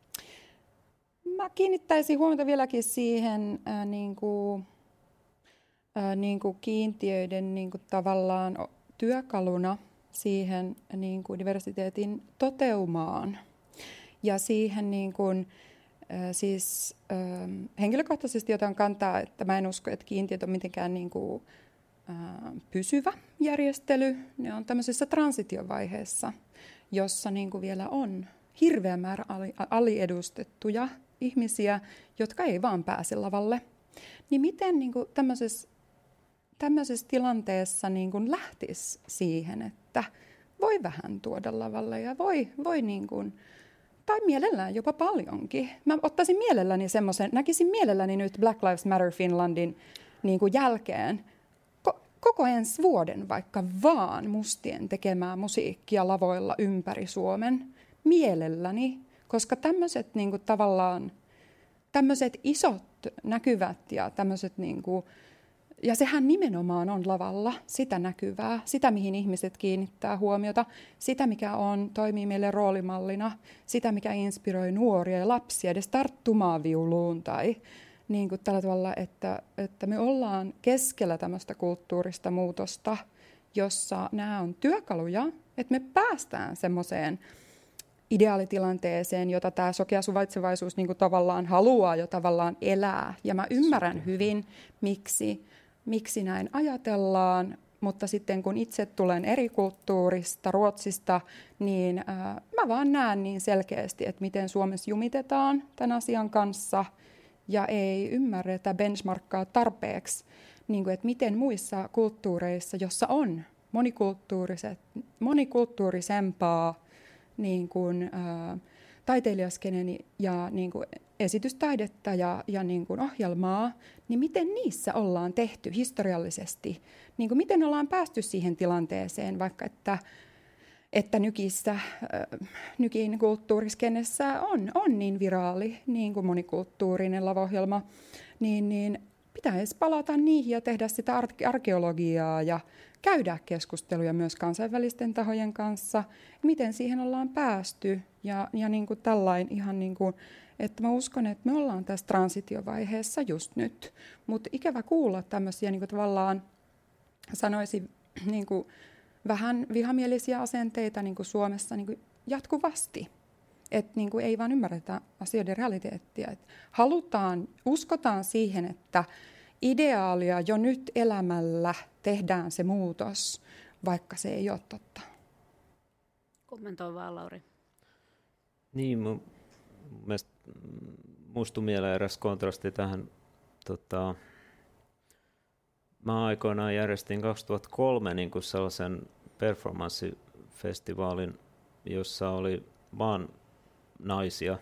mä kiinnittäisin huomiota vieläkin siihen äh, niin kuin, äh, niin kuin kiintiöiden niin kuin tavallaan työkaluna siihen niin kuin diversiteetin toteumaan. Ja siihen niin kuin, äh, siis äh, henkilökohtaisesti otan kantaa, että mä en usko, että kiintiöt on mitenkään niin kuin, äh, pysyvä järjestely. Ne on tämmöisessä transitiovaiheessa, jossa niin kuin vielä on hirveä määrä ali, aliedustettuja ihmisiä, jotka ei vaan pääse lavalle. Niin miten niin kuin tämmöisessä, tämmöisessä tilanteessa niin kuin lähtisi siihen, että voi vähän tuoda lavalle ja voi, voi niin kuin, tai mielellään jopa paljonkin. Mä ottaisin mielelläni semmoisen, näkisin mielelläni nyt Black Lives Matter Finlandin niin kuin jälkeen ko- koko ensi vuoden vaikka vaan mustien tekemää musiikkia lavoilla ympäri Suomen. Mielelläni, koska tämmöiset niin kuin tavallaan, tämmöiset isot näkyvät ja tämmöiset niin kuin, ja sehän nimenomaan on lavalla sitä näkyvää, sitä mihin ihmiset kiinnittää huomiota, sitä mikä on, toimii meille roolimallina, sitä mikä inspiroi nuoria ja lapsia edes tarttumaan viuluun tai niin kuin tällä tavalla, että, että me ollaan keskellä tämmöistä kulttuurista muutosta, jossa nämä on työkaluja, että me päästään semmoiseen ideaalitilanteeseen, jota tämä sokea suvaitsevaisuus niin kuin tavallaan haluaa jo tavallaan elää. Ja mä ymmärrän hyvin, miksi, miksi näin ajatellaan, mutta sitten kun itse tulen eri kulttuurista, Ruotsista, niin äh, mä vaan näen niin selkeästi, että miten Suomessa jumitetaan tämän asian kanssa ja ei ymmärretä benchmarkkaa tarpeeksi, niin kuin, että miten muissa kulttuureissa, jossa on monikulttuuriset, monikulttuurisempaa niin kuin, ä, taiteilijaskenen ja niin kuin esitystaidetta ja, ja niin kuin ohjelmaa, niin miten niissä ollaan tehty historiallisesti? Niin kuin miten ollaan päästy siihen tilanteeseen, vaikka että, että nykissä, äh, nykin kulttuuriskenessä on, on niin viraali, niin kuin monikulttuurinen lavaohjelma, niin, niin pitäisi palata niihin ja tehdä sitä arkeologiaa ja käydä keskusteluja myös kansainvälisten tahojen kanssa, miten siihen ollaan päästy ja, ja niin kuin tällainen ihan niin kuin, että mä uskon, että me ollaan tässä transitiovaiheessa just nyt, mutta ikävä kuulla tämmöisiä niin kuin tavallaan sanoisin niin kuin vähän vihamielisiä asenteita niin kuin Suomessa niin kuin jatkuvasti, että niin kuin ei vaan ymmärretä asioiden realiteettia, että halutaan, uskotaan siihen, että ideaalia jo nyt elämällä tehdään se muutos, vaikka se ei ole totta. Kommentoi vaan, Lauri. Niin, mun mielestä muistui mieleen eräs kontrasti tähän. Tota, mä aikoinaan järjestin kaksituhattakolme niin kuin sellaisen performanssifestivaalin, jossa oli vaan naisia.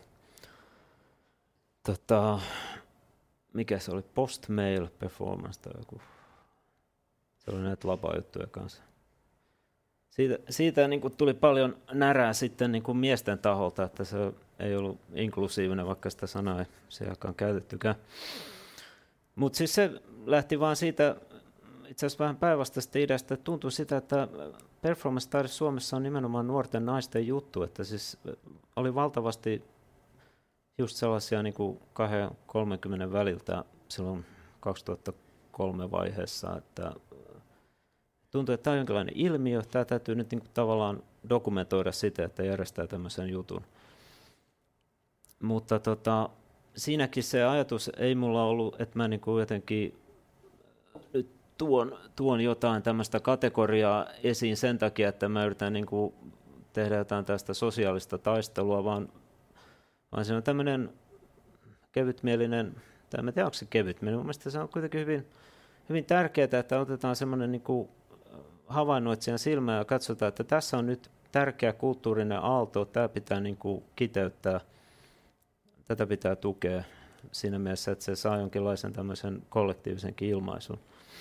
Tota, mikä se oli? Post-mail performance tai joku. Se oli näitä lapa-juttuja kanssa. Siitä, siitä niin kuin tuli paljon närää sitten niin kuin miesten taholta, että se ei ollut inklusiivinen, vaikka sitä sanaa ei se aikaan käytettykään. Mutta siis se lähti vaan siitä, itse asiassa vähän päinvastaisesta ideasta, että tuntui sitä, että performance-taide Suomessa on nimenomaan nuorten naisten juttu, että siis oli valtavasti just sellaisia niin kuin kaksikymmentä kolmekymmentä väliltä silloin kaksituhattakolme vaiheessa, että tuntui, että tämä on jonkinlainen ilmiö, tämä täytyy nyt niin kuin tavallaan dokumentoida sitä, että järjestää tämmöisen jutun. Mutta tota, siinäkin se ajatus ei mulla ollut, että mä niinku jotenkin nyt tuon, tuon jotain tämmöistä kategoriaa esiin sen takia, että mä yritän niinku tehdä jotain tästä sosiaalista taistelua, vaan, vaan se on tämmöinen kevytmielinen, tai en tiedä, onko se kevytmielinen, mun mielestä se on kuitenkin hyvin, hyvin tärkeää, että otetaan semmoinen niinku havainnoitsijan silmä ja katsotaan, että tässä on nyt tärkeä kulttuurinen aalto, tämä pitää niinku kiteyttää, tätä pitää tukea siinä mielessä, että se saa jonkinlaisen tämmöisen kollektiivisenkin ilmaisun.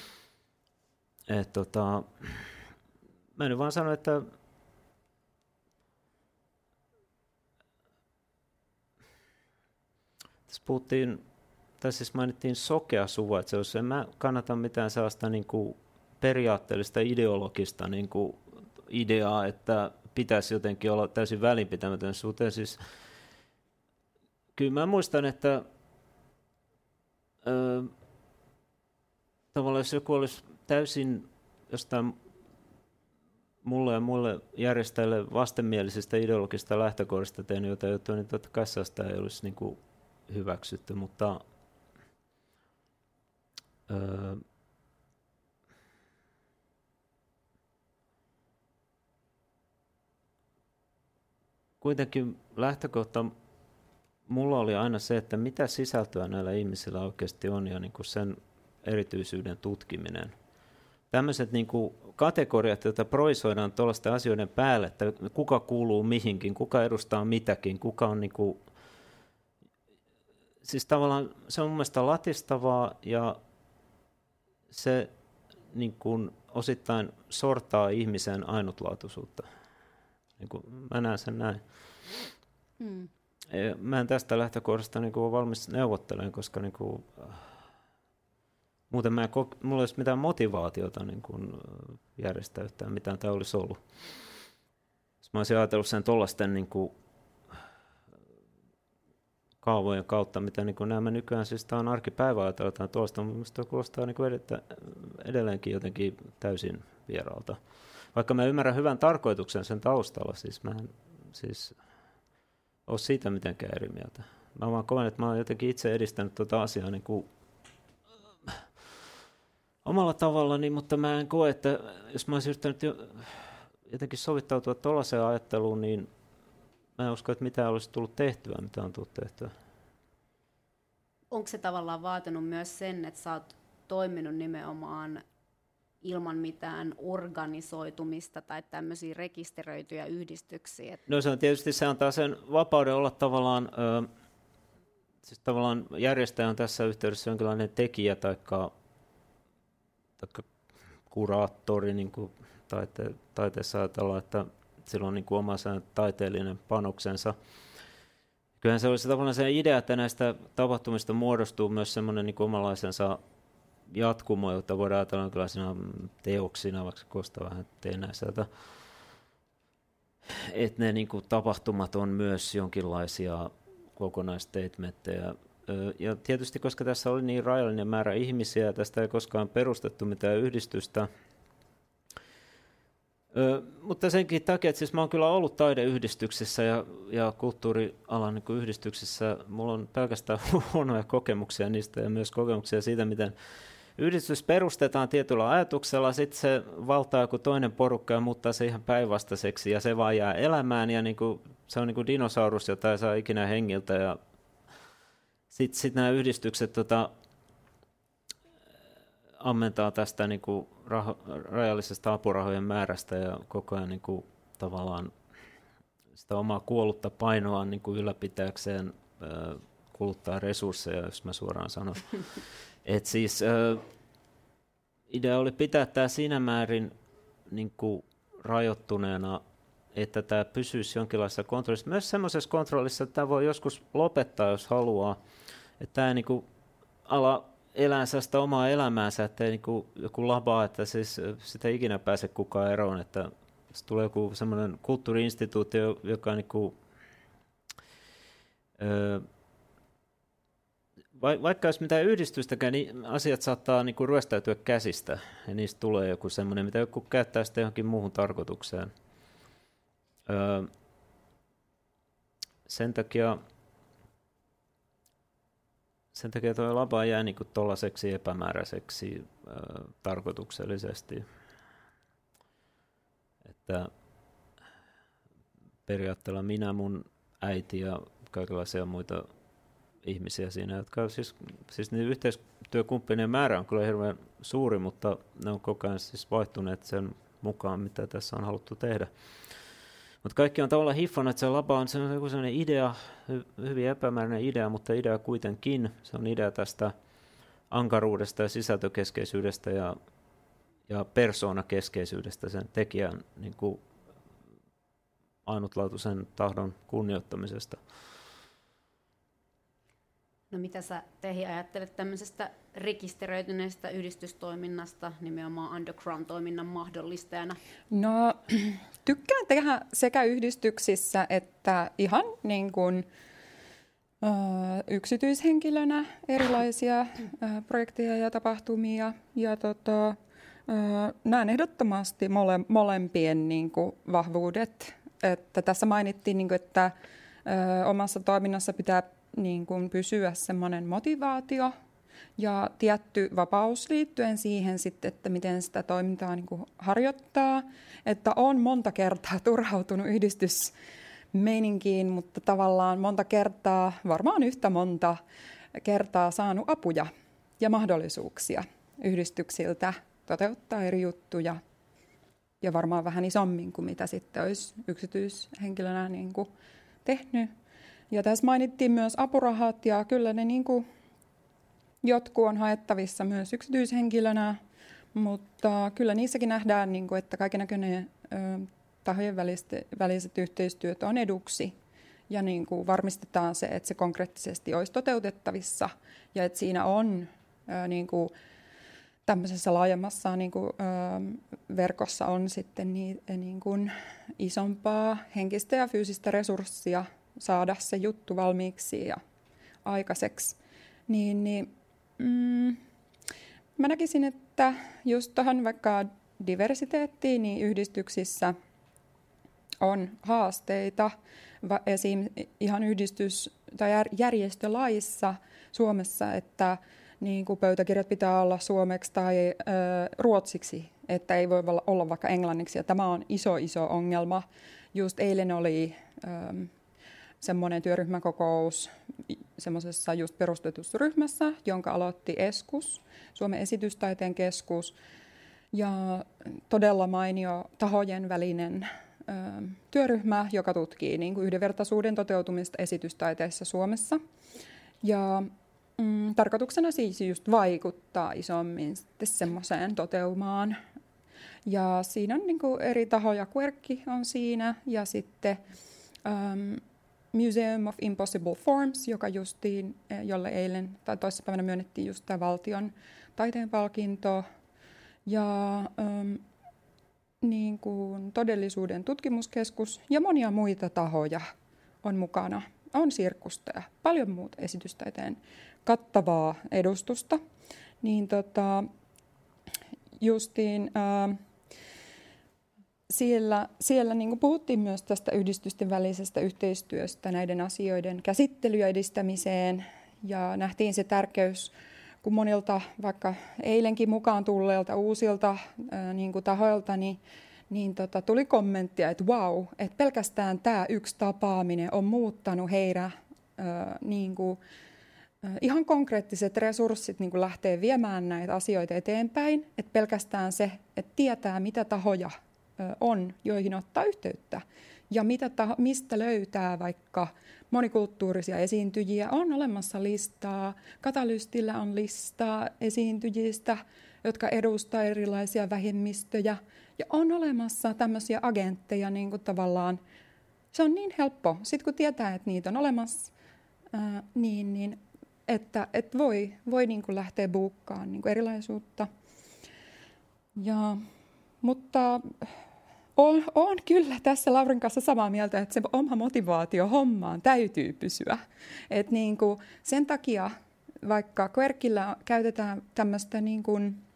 Et tota, mä nyt vaan sanon, että tässä puhuttiin, tai siis mainittiin sokea suvaitsevuus. En mä kannata mitään sellaista niin kuin periaatteellista ideologista niin kuin ideaa, että pitäisi jotenkin olla täysin välinpitämätön suhteen. Siis, kyllä mä muistan, että ö, tavallaan jos joku olisi täysin jostain mulle ja muille järjestäjille vastenmielisistä ideologisista lähtökohdista tehnyt jotain juttua, niin totta kai sitä ei olisi niin kuin hyväksytty, mutta öö, kuitenkin lähtökohta mulla oli aina se, että mitä sisältöä näillä ihmisillä oikeasti on ja niin kuin sen erityisyyden tutkiminen. Tämmöiset niin kuin kategoriat, joita projisoidaan tuollaisten asioiden päälle, että kuka kuuluu mihinkin, kuka edustaa mitäkin, kuka on niin kuin siis tavallaan se on mun mielestä latistavaa ja se niin kuin osittain sortaa ihmisen ainutlaatuisuutta. Niin kuin mä näen sen näin. Hmm. Mä en tästä lähtökohdasta niin kuin ole valmis neuvottelemaan, koska niin kuin, muuten mä en koke, mulla ei olisi mitään motivaatiota niin kuin järjestää yhtään mitään tämä olisi ollut. Jos mä olisin ajatellut sen tollaisten niin kuin kaavojen kautta, mitä niin näemme nykyään, siis tämä on arkipäivää ajatellaan tuosta, mutta minusta kuulostaa niin edetä, edelleenkin jotenkin täysin vieraalta. Vaikka mä ymmärrän hyvän tarkoituksen sen taustalla, siis mä en siis ole siitä mitenkään eri mieltä. Mä vaan koen, että mä oon jotenkin itse edistänyt tuota asiaa niin kuin omalla tavallani, mutta mä en koe, että jos mä olisin yrittänyt jo, jotenkin sovittautua tuollaiseen ajatteluun, niin mä en usko, että mitään olisi tullut tehtyä, mitä on tullut tehtyä. Onko se tavallaan vaatinut myös sen, että sä oot toiminut nimenomaan ilman mitään organisoitumista tai tämmöisiä rekisteröityjä yhdistyksiä? No se on tietysti, se antaa sen vapauden olla tavallaan, ö, siis tavallaan järjestäjä on tässä yhteydessä jonkinlainen tekijä tai kuraattori, niin kuin taite, taiteessa ajatellaan, että sillä on niin kuin oma taiteellinen panoksensa. Kyllähän se olisi tavallaan se idea, että näistä tapahtumista muodostuu myös semmoinen niin kuin omanlaisensa jatkumo, jota voidaan ajatella jonkinlaisina teoksina, vaikka koostaa vähän teenäiseltä. Että ne niin kuin tapahtumat on myös jonkinlaisia kokonaistatementteja. Ja tietysti, koska tässä oli niin rajallinen määrä ihmisiä, tästä ei koskaan perustettu mitään yhdistystä. Ö, mutta senkin takia, että siis mä oon kyllä ollut taideyhdistyksissä ja, ja kulttuurialan niin kuin yhdistyksissä. Mulla on pelkästään huonoja kokemuksia niistä ja myös kokemuksia siitä, miten yhdistys perustetaan tietyllä ajatuksella, sitten se valtaa joku toinen porukka ja muuttaa se ihan päinvastaiseksi ja se vaan jää elämään ja niin kuin, se on niin kuin dinosaurus, jota ei saa ikinä hengiltä ja sitten sit nämä yhdistykset tota, ammentaa tästä niin kuin raho, rajallisesta apurahojen määrästä ja koko ajan niin kuin, tavallaan sitä omaa kuollutta painoa niin kuin ylläpitääkseen äh, kuluttaa resursseja, jos mä suoraan sanon. Et siis äh, idea oli pitää tämä siinä määrin niin kuin rajoittuneena, että tämä pysyisi jonkinlaisessa kontrollissa. Myös semmoisessa kontrollissa, että tämä voi joskus lopettaa, jos haluaa. Että tämä ei niin kuin ala elää sitä omaa elämäänsä, että ei niin kuin joku labaa, että siis sitä ei ikinä pääse kukaan eroon. Että se tulee joku semmoinen kulttuuri-instituutio, joka niin kuin, öö, vaikka jos mitään yhdistystäkään, niin asiat saattaa niin kuin ryöstäytyä käsistä ja niistä tulee joku semmoinen, mitä joku käyttää sitten johonkin muuhun tarkoitukseen. Öö, sen takia sen takia tuo lapa jää niinku tollaiseksi epämääräiseksi öö, tarkoituksellisesti, että periaatteella minä, mun äiti ja kaikenlaisia muita ihmisiä siinä, jotka siis, siis niin yhteistyökumppanien määrä on kyllä hirveän suuri, mutta ne on koko ajan siis vaihtuneet sen mukaan, mitä tässä on haluttu tehdä. Mutta kaikki on tavallaan hiffannut, että se lapa on joku sellainen idea, hy- hyvin epämääräinen idea, mutta idea kuitenkin. Se on idea tästä ankaruudesta ja sisältökeskeisyydestä ja, ja persoonakeskeisyydestä, sen tekijän niin kuin ainutlaatuisen tahdon kunnioittamisesta. No mitä sä Tehi ajattelet tämmöisestä rekisteröityneestä yhdistystoiminnasta nimenomaan underground-toiminnan mahdollistajana? No tykkään tehdä sekä yhdistyksissä että ihan niin kuin, ö, yksityishenkilönä erilaisia ö, projekteja ja tapahtumia. Ja tota, ö, näen ehdottomasti mole, molempien niin kuin, vahvuudet. Että tässä mainittiin, niin kuin, että ö, omassa toiminnassa pitää niin kuin pysyä semmoinen motivaatio ja tietty vapaus liittyen siihen sitten, että miten sitä toimintaa niin kuin harjoittaa. Että on monta kertaa turhautunut yhdistysmeininkiin, mutta tavallaan monta kertaa, varmaan yhtä monta kertaa saanut apuja ja mahdollisuuksia yhdistyksiltä toteuttaa eri juttuja. Ja varmaan vähän isommin kuin mitä sitten olisi yksityishenkilönä niin kuin tehnyt. Ja tässä mainittiin myös apurahat, ja kyllä ne niin kuin jotkut on haettavissa myös yksityishenkilönä, mutta kyllä niissäkin nähdään, niin kuin, että kaikennäköinen ö, tahojen väliset, väliset yhteistyöt on eduksi. Ja niin kuin varmistetaan se, että se konkreettisesti olisi toteutettavissa, ja että siinä on ö, niin kuin tämmöisessä laajemmassa niin kuin, ö, verkossa on sitten niin, niin kuin isompaa henkistä ja fyysistä resurssia saada se juttu valmiiksi ja aikaiseksi, niin, niin mm, mä näkisin, että just tuohon vaikka diversiteettiin, niin yhdistyksissä on haasteita. Esim. Ihan yhdistys- tai järjestölaissa Suomessa, että niin kuin pöytäkirjat pitää olla suomeksi tai ö, ruotsiksi, että ei voi olla vaikka englanniksi. Ja tämä on iso, iso ongelma. Just eilen oli Ö, semmoinen työryhmäkokous semmoisessa just perustetussa ryhmässä, jonka aloitti ESKUS, Suomen esitystaiteen keskus, ja todella mainio tahojen välinen ö, työryhmä, joka tutkii niin kuin yhdenvertaisuuden toteutumista esitystaiteessa Suomessa. Ja mm, tarkoituksena siis just vaikuttaa isommin sitten semmoiseen toteumaan. Ja siinä on niin kuin eri tahoja, Quirkki on siinä, ja sitten Öm, Museum of Impossible Forms, joka justiin, jolle eilen tai toissapäivänä myönnettiin just tämä valtion taiteen palkinto. Ja äm, niin kuin todellisuuden tutkimuskeskus ja monia muita tahoja on mukana. On sirkusta ja paljon muuta esitystaiteen kattavaa edustusta. Niin tota, justiin Ää, Siellä, siellä niin kuin puhuttiin myös tästä yhdistysten välisestä yhteistyöstä näiden asioiden käsittely- ja edistämiseen. Ja nähtiin se tärkeys, kun monilta vaikka eilenkin mukaan tulleilta uusilta ää, niin kuin tahoilta, niin, niin tota, tuli kommenttia, että vau, että pelkästään tämä yksi tapaaminen on muuttanut heidän ää, niin kuin, ää, ihan konkreettiset resurssit niin kuin lähtee viemään näitä asioita eteenpäin. Että pelkästään se, että tietää mitä tahoja on, joihin ottaa yhteyttä. Ja mitä taho, mistä löytää vaikka monikulttuurisia esiintyjiä. On olemassa listaa. Katalystillä on listaa esiintyjistä, jotka edustaa erilaisia vähemmistöjä. Ja on olemassa tämmöisiä agentteja niin kuin tavallaan. Se on niin helppo. Sitten kun tietää, että niitä on olemassa, ää, niin, niin että, että voi, voi niin kuin lähteä buukkaan niin kuin erilaisuutta. Ja mutta on, on kyllä tässä Laurin kanssa samaa mieltä, että se oma motivaatio hommaan täytyy pysyä. Et niin kuin sen takia, vaikka Quirkillä käytetään tämmöistä niin kuin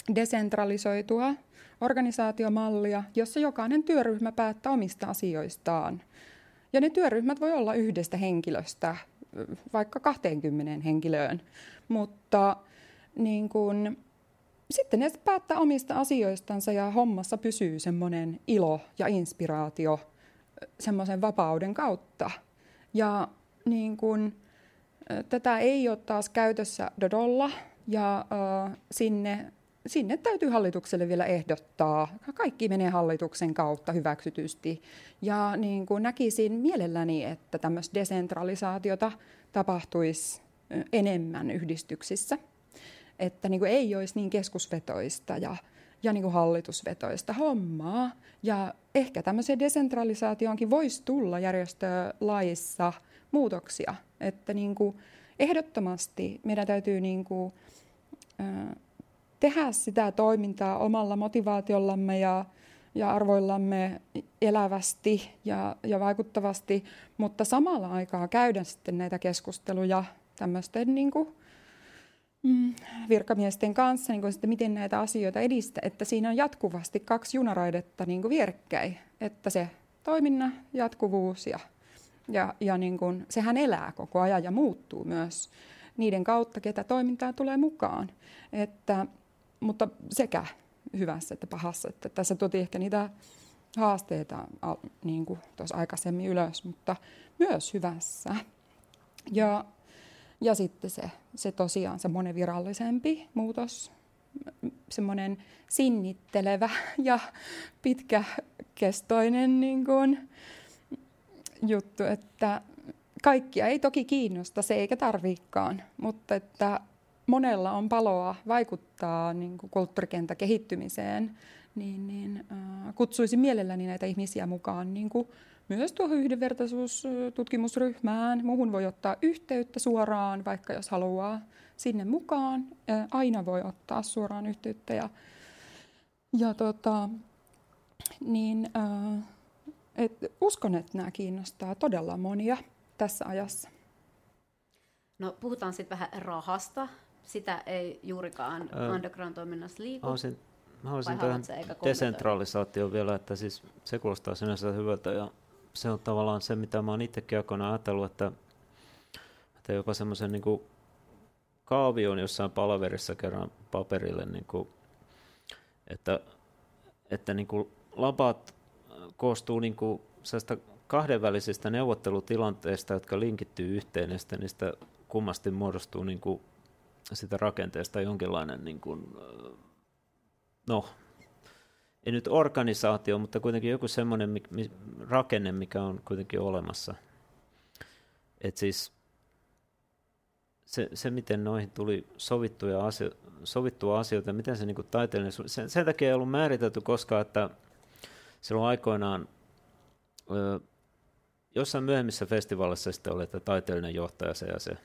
desentralisoitua organisaatiomallia, jossa jokainen työryhmä päättää omista asioistaan. Ja ne työryhmät voi olla yhdestä henkilöstä, vaikka kahteenkymmeneen henkilöön, mutta niin kun, sitten ne päättää omista asioistansa ja hommassa pysyy semmoinen ilo ja inspiraatio semmoisen vapauden kautta. Ja niin kun, tätä ei ole taas käytössä Dodolla ja äh, sinne, sinne täytyy hallitukselle vielä ehdottaa. Kaikki menee hallituksen kautta hyväksytysti. Ja niin kun näkisin mielelläni, että tämmöistä desentralisaatiota tapahtuisi enemmän yhdistyksissä. Että niin kuin ei olisi niin keskusvetoista ja, ja niin kuin hallitusvetoista hommaa. Ja ehkä tämmöiseen desentralisaatioonkin voisi tulla järjestölaissa muutoksia. Että niin kuin ehdottomasti meidän täytyy niin kuin, äh, tehdä sitä toimintaa omalla motivaatiollamme ja, ja arvoillamme elävästi ja, ja vaikuttavasti, mutta samalla aikaa käydä sitten näitä keskusteluja tämmöisten niin kuin Mm, virkamiesten kanssa, niin kuin sitten miten näitä asioita edistää, että siinä on jatkuvasti kaksi junaraidetta niin kuin vierekkäin, että se toiminnan jatkuvuus ja, ja, ja niin kuin, sehän elää koko ajan ja muuttuu myös niiden kautta, ketä toimintaa tulee mukaan. Että, mutta sekä hyvässä että pahassa, että tässä tuotiin ehkä niitä haasteita niin kuin tuossa aikaisemmin ylös, mutta myös hyvässä. Ja Ja sitten se, se tosiaan semmoinen virallisempi muutos, semmoinen sinnittelevä ja pitkäkestoinen niin kuin juttu, että kaikkia ei toki kiinnosta se eikä tarviikaan, mutta että monella on paloa vaikuttaa niin kuin kulttuurikentän kehittymiseen, niin, niin äh, kutsuisin mielelläni näitä ihmisiä mukaan niin kuin myös tuohon yhdenvertaisuustutkimusryhmään. Muuhun voi ottaa yhteyttä suoraan, vaikka jos haluaa sinne mukaan. Aina voi ottaa suoraan yhteyttä. Ja, ja tota, niin, äh, et uskon, että nämä kiinnostaa todella monia tässä ajassa. No puhutaan sitten vähän rahasta. Sitä ei juurikaan äh, underground-toiminnassa liiku. Haluaisin, haluaisin tähän desentralisaatioon vielä, että siis se kuulostaa sinänsä hyvältä ja se on tavallaan se, mitä mä oon itsekin aikoinaan ajatellut, että, että jopa semmoisen niin kuin kaavion jossain palaverissa kerran paperille, niin kuin, että, että niin kuin labat koostuu niin kuin kahdenvälisistä neuvottelutilanteista, jotka linkittyy yhteen, ja sitten niistä kummasti muodostuu niin kuin sitä rakenteesta jonkinlainen niin kuin, no, ei nyt organisaatio, mutta kuitenkin joku semmoinen mi- mi- rakenne, mikä on kuitenkin olemassa. Et siis se, se, miten noihin tuli sovittuja asio- sovittua asioita, miten se niinku taiteellinen, sen, sen takia ei ollut määritelty koskaan, että silloin aikoinaan ö, jossain myöhemmissä festivaaleissa sitten oli, että taiteellinen johtaja se ja se.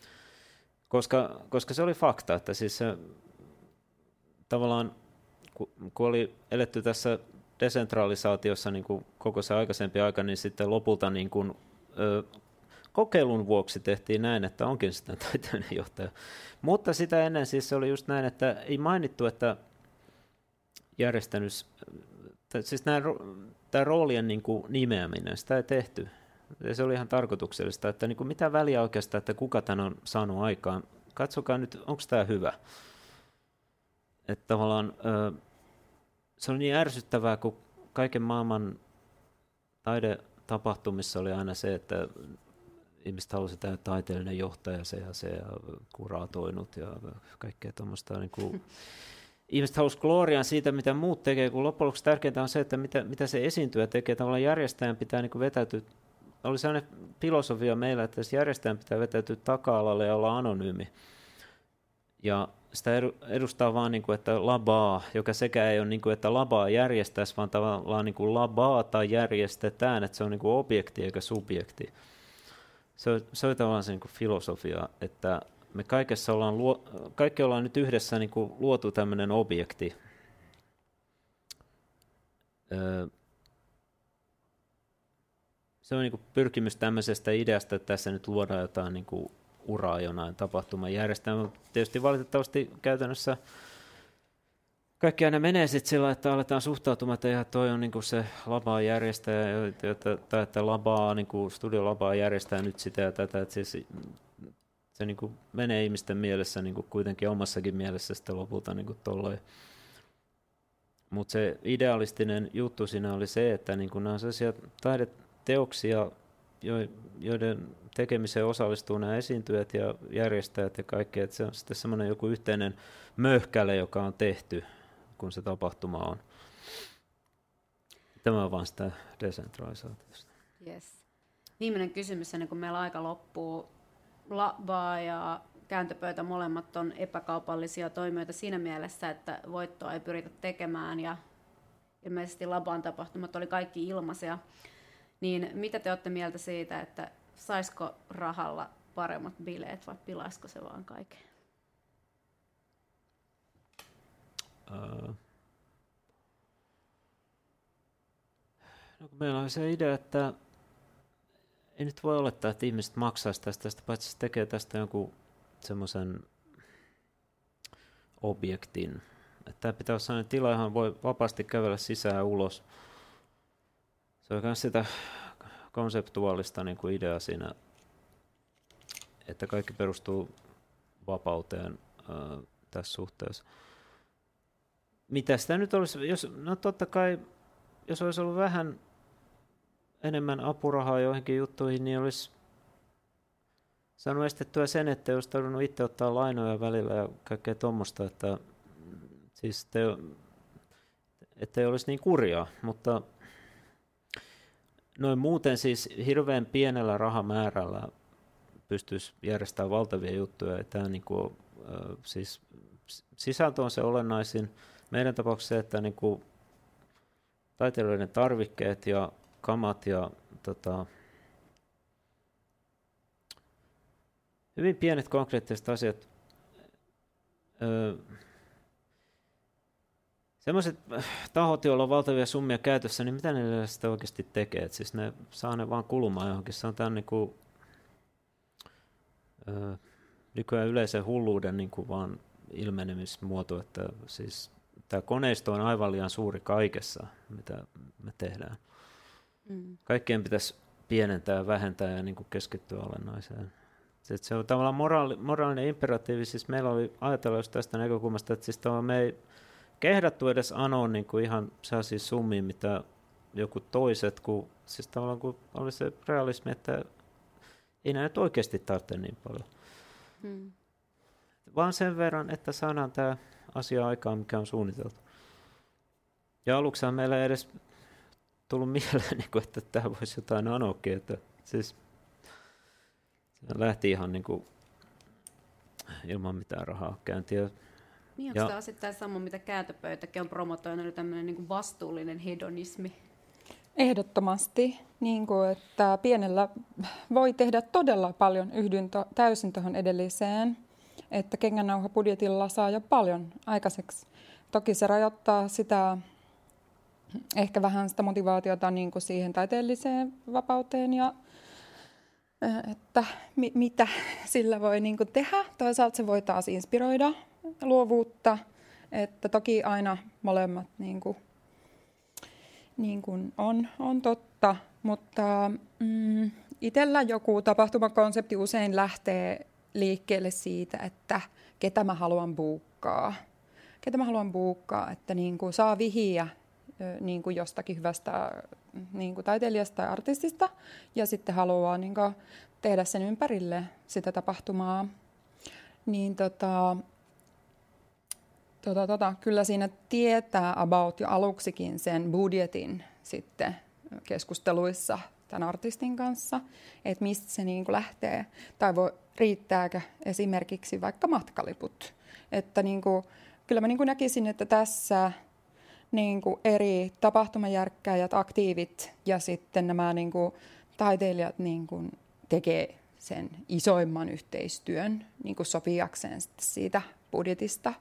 Koska, koska se oli fakta, että siis se tavallaan kun oli eletty tässä desentralisaatiossa niin kuin koko se aikaisempi aika, niin sitten lopulta niin kuin, ö, kokeilun vuoksi tehtiin näin, että onkin sitten taiteellinen johtaja. Mutta sitä ennen siis se oli just näin, että ei mainittu, että järjestänyt, siis tämä roolien niin kuin nimeäminen, sitä ei tehty. Ja se oli ihan tarkoituksellista, että niin kuin mitä väliä oikeastaan, että kuka tämän on saanut aikaan. Katsokaa nyt, onko tämä hyvä. Että tavallaan ö, se oli niin ärsyttävää, kun kaiken maailman taidetapahtumissa oli aina se, että ihmiset halusivat tämä taiteellinen johtaja, se ja se, ja kuraatoinut ja kaikkea tuommoista. Niin kuin, ihmiset halusivat glorian siitä, mitä muut tekee, kun loppujen lopuksi tärkeintä on se, että mitä, mitä se esiintyjä tekee. Tavallaan järjestäjän pitää niin kuin vetäytyä. Oli sellainen filosofia meillä, että järjestäjän pitää vetäytyä taka-alalle ja olla anonyymi. Ja sitä edustaa vaan, niin kuin, että labaa, joka sekä ei ole, niin kuin, että labaa järjestäisi, vaan tavallaan niin kuin labaata järjestetään, että se on niin kuin objekti eikä subjekti. Se on, se on tavallaan se niin kuin filosofia, että me kaikessa ollaan, luo, kaikki ollaan nyt yhdessä niin kuin luotu tämmöinen objekti. Öö, se on niin kuin pyrkimys tämmöisestä ideasta, että tässä nyt luodaan jotain niin kuin uraa jonain tapahtuman järjestelmä. Tietysti valitettavasti käytännössä kaikki aina menee sitten sillä, että aletaan suhtautumaan, että ihan toi on niinku se labaa järjestäjä, tai että labaa, niinku studiolabaa järjestää nyt sitä ja tätä, että siis se niinku menee ihmisten mielessä niinku kuitenkin omassakin mielessä sitten lopulta niinku tolleen. Mutta se idealistinen juttu siinä oli se, että niinku nämä on sellaisia taideteoksia, joiden tekemiseen osallistuu nämä esiintyjät ja järjestäjät ja kaikki, että se on sitten semmoinen joku yhteinen möhkäle, joka on tehty, kun se tapahtuma on. Tämä on vaan sitä desentralisaatiosta. Yes. Viimeinen kysymys ennen kuin meillä aika loppuu. Laba ja kääntöpöytä molemmat on epäkaupallisia toimijoita siinä mielessä, että voittoa ei pyritä tekemään ja ilmeisesti Laban tapahtumat oli kaikki ilmaisia. Niin mitä te olette mieltä siitä, että saisiko rahalla paremmat bileet vai pilaisiko se vaan kaiken? Uh, no, meillä on se idea, että ei nyt voi olettaa, että ihmiset maksaisi tästä, tästä paitsi se tekee tästä jonkun semmoisen objektin. Että tämä pitää olla sellainen tila, johon voi vapaasti kävellä sisään ja ulos. Se on myös sitä konseptuaalista niin kuin ideaa siinä, että kaikki perustuu vapauteen ää, tässä suhteessa. Mitä sitä nyt olisi, jos, no totta kai, jos olisi ollut vähän enemmän apurahaa joihinkin juttuihin, niin olisi saanut estettyä sen, että olisi tarvinnut itse ottaa lainoja välillä ja kaikkea tuommoista, että siis te, ettei olisi niin kurjaa, mutta noin muuten siis hirveän pienellä rahamäärällä pystyisi järjestämään valtavia juttuja. Ja tämä niin kuin, äh, siis sisältö on se olennaisin. Meidän tapauksessa se, että niin kuin taiteilijoiden tarvikkeet ja kamat ja tota, hyvin pienet konkreettiset asiat. Öö, Sellaiset tahot, joilla on valtavia summia käytössä, niin mitä ne sitä oikeasti tekee? Et siis ne saa ne vaan kulumaan johonkin. Se on tämän niin kuin, öö, nykyään yleisen hulluuden niin kuin vaan ilmenemismuoto, että siis tämä koneisto on aivan liian suuri kaikessa, mitä me tehdään. Mm. Kaikkien pitäisi pienentää ja vähentää ja niin kuin keskittyä olennaiseen. Sitten se on tavallaan moraali, moraalinen imperatiivi. Siis meillä oli ajatella just tästä näkökulmasta, että siis me ei kehdattu edes anoa niin kuin ihan sellaisia summia, mitä joku toiset, kun, siis tavallaan kun oli se realismi, että ei näin nyt oikeasti tarvitse niin paljon. Hmm. Vaan sen verran, että saadaan tämä asia aikaan, mikä on suunniteltu. Ja aluksi meillä ei edes tullut mieleen, että tämä voisi jotain anoakin, että siis se lähti ihan niin kuin ilman mitään rahaa käyntiä. Niin, onko tämä sitten sama, mitä kääntöpöytäkin on promotoinut, eli tämmöinen niin kuin vastuullinen hedonismi? Ehdottomasti, niin kuin, että pienellä voi tehdä todella paljon, yhdyn to, täysin tuohon edelliseen, että kengännauhabudjetilla saa jo paljon aikaiseksi. Toki se rajoittaa sitä, ehkä vähän sitä motivaatiota niin kuin siihen taiteelliseen vapauteen ja että mi, mitä sillä voi niin kuin tehdä. Toisaalta se voi taas inspiroida luovuutta, että toki aina molemmat niin kuin, niin kuin on, on totta, mutta mm, itsellä joku tapahtumakonsepti usein lähtee liikkeelle siitä, että ketä mä haluan buukkaa. Ketä mä haluan buukkaa, että niin kuin saa vihiä niin kuin jostakin hyvästä niin kuin taiteilijasta tai artistista ja sitten haluaa niin kuin tehdä sen ympärille sitä tapahtumaa. Niin tota, tota, tota, kyllä siinä tietää about jo aluksikin sen budjetin sitten keskusteluissa tämän artistin kanssa, että mistä se niin kuin lähtee. Tai voi, riittääkö esimerkiksi vaikka matkaliput. Että niin kuin, kyllä mä niin kuin näkisin, että tässä niin kuin eri tapahtumajärkkäjät, aktiivit ja sitten nämä niin kuin taiteilijat niin kuin tekee sen isoimman yhteistyön niin kuin sopiakseen siitä budjetista.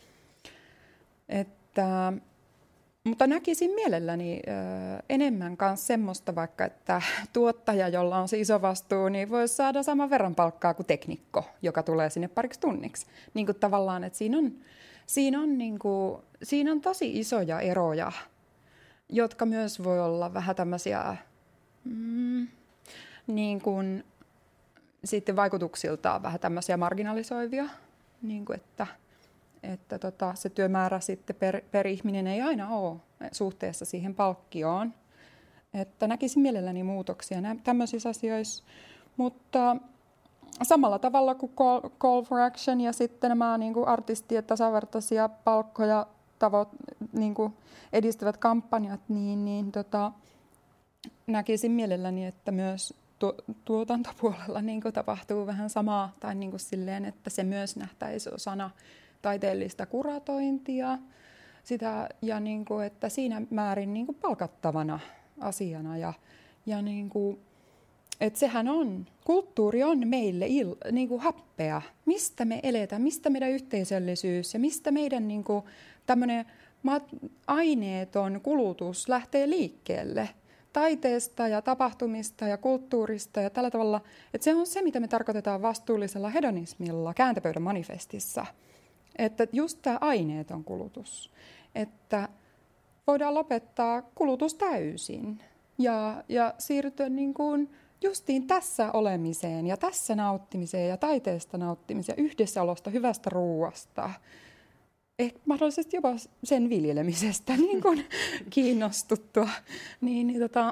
Että, mutta näkisin mielelläni ö, enemmän myös semmoista vaikka, että tuottaja, jolla on se iso vastuu, niin voisi saada saman verran palkkaa kuin teknikko, joka tulee sinne pariksi tunniksi. Niin kuin tavallaan, että siinä on siinä on, niin kuin, siinä on tosi isoja eroja, jotka myös voi olla vähän tämmöisiä mm, niin kuin, sitten vaikutuksiltaan vähän tämmöisiä marginalisoivia, niin kuin että, että tota, se työmäärä sitten per, per ihminen ei aina ole suhteessa siihen palkkioon. Että näkisin mielelläni muutoksia tämmöisissä asioissa, mutta samalla tavalla kuin Call, call for Action ja sitten nämä niin kuin artistien tasavertaisia palkkoja tavo, niin kuin edistävät kampanjat, niin, niin tota, näkisin mielelläni, että myös tu, tuotantopuolella niin kuin tapahtuu vähän samaa, tai niin kuin silleen, että se myös nähtäisi osana taiteellista kuratointia, sitä, ja niin kuin, että siinä määrin niin kuin palkattavana asiana. Ja, ja niin kuin, että sehän on, kulttuuri on meille il, niin kuin happea, mistä me eletään, mistä meidän yhteisöllisyys ja mistä meidän niin kuin, tämmöinen aineeton kulutus lähtee liikkeelle. Taiteesta ja tapahtumista ja kulttuurista ja tällä tavalla, että se on se, mitä me tarkoitetaan vastuullisella hedonismilla kääntöpöydän manifestissa. Että just tämä aineeton kulutus, että voidaan lopettaa kulutus täysin ja, ja siirtyä niin kuin justiin tässä olemiseen ja tässä nauttimiseen ja taiteesta nauttimiseen, yhdessäolosta, hyvästä ruuasta. Ehkä mahdollisesti jopa sen viljelemisestä niin kuin kiinnostuttua. Niin, niin, tota,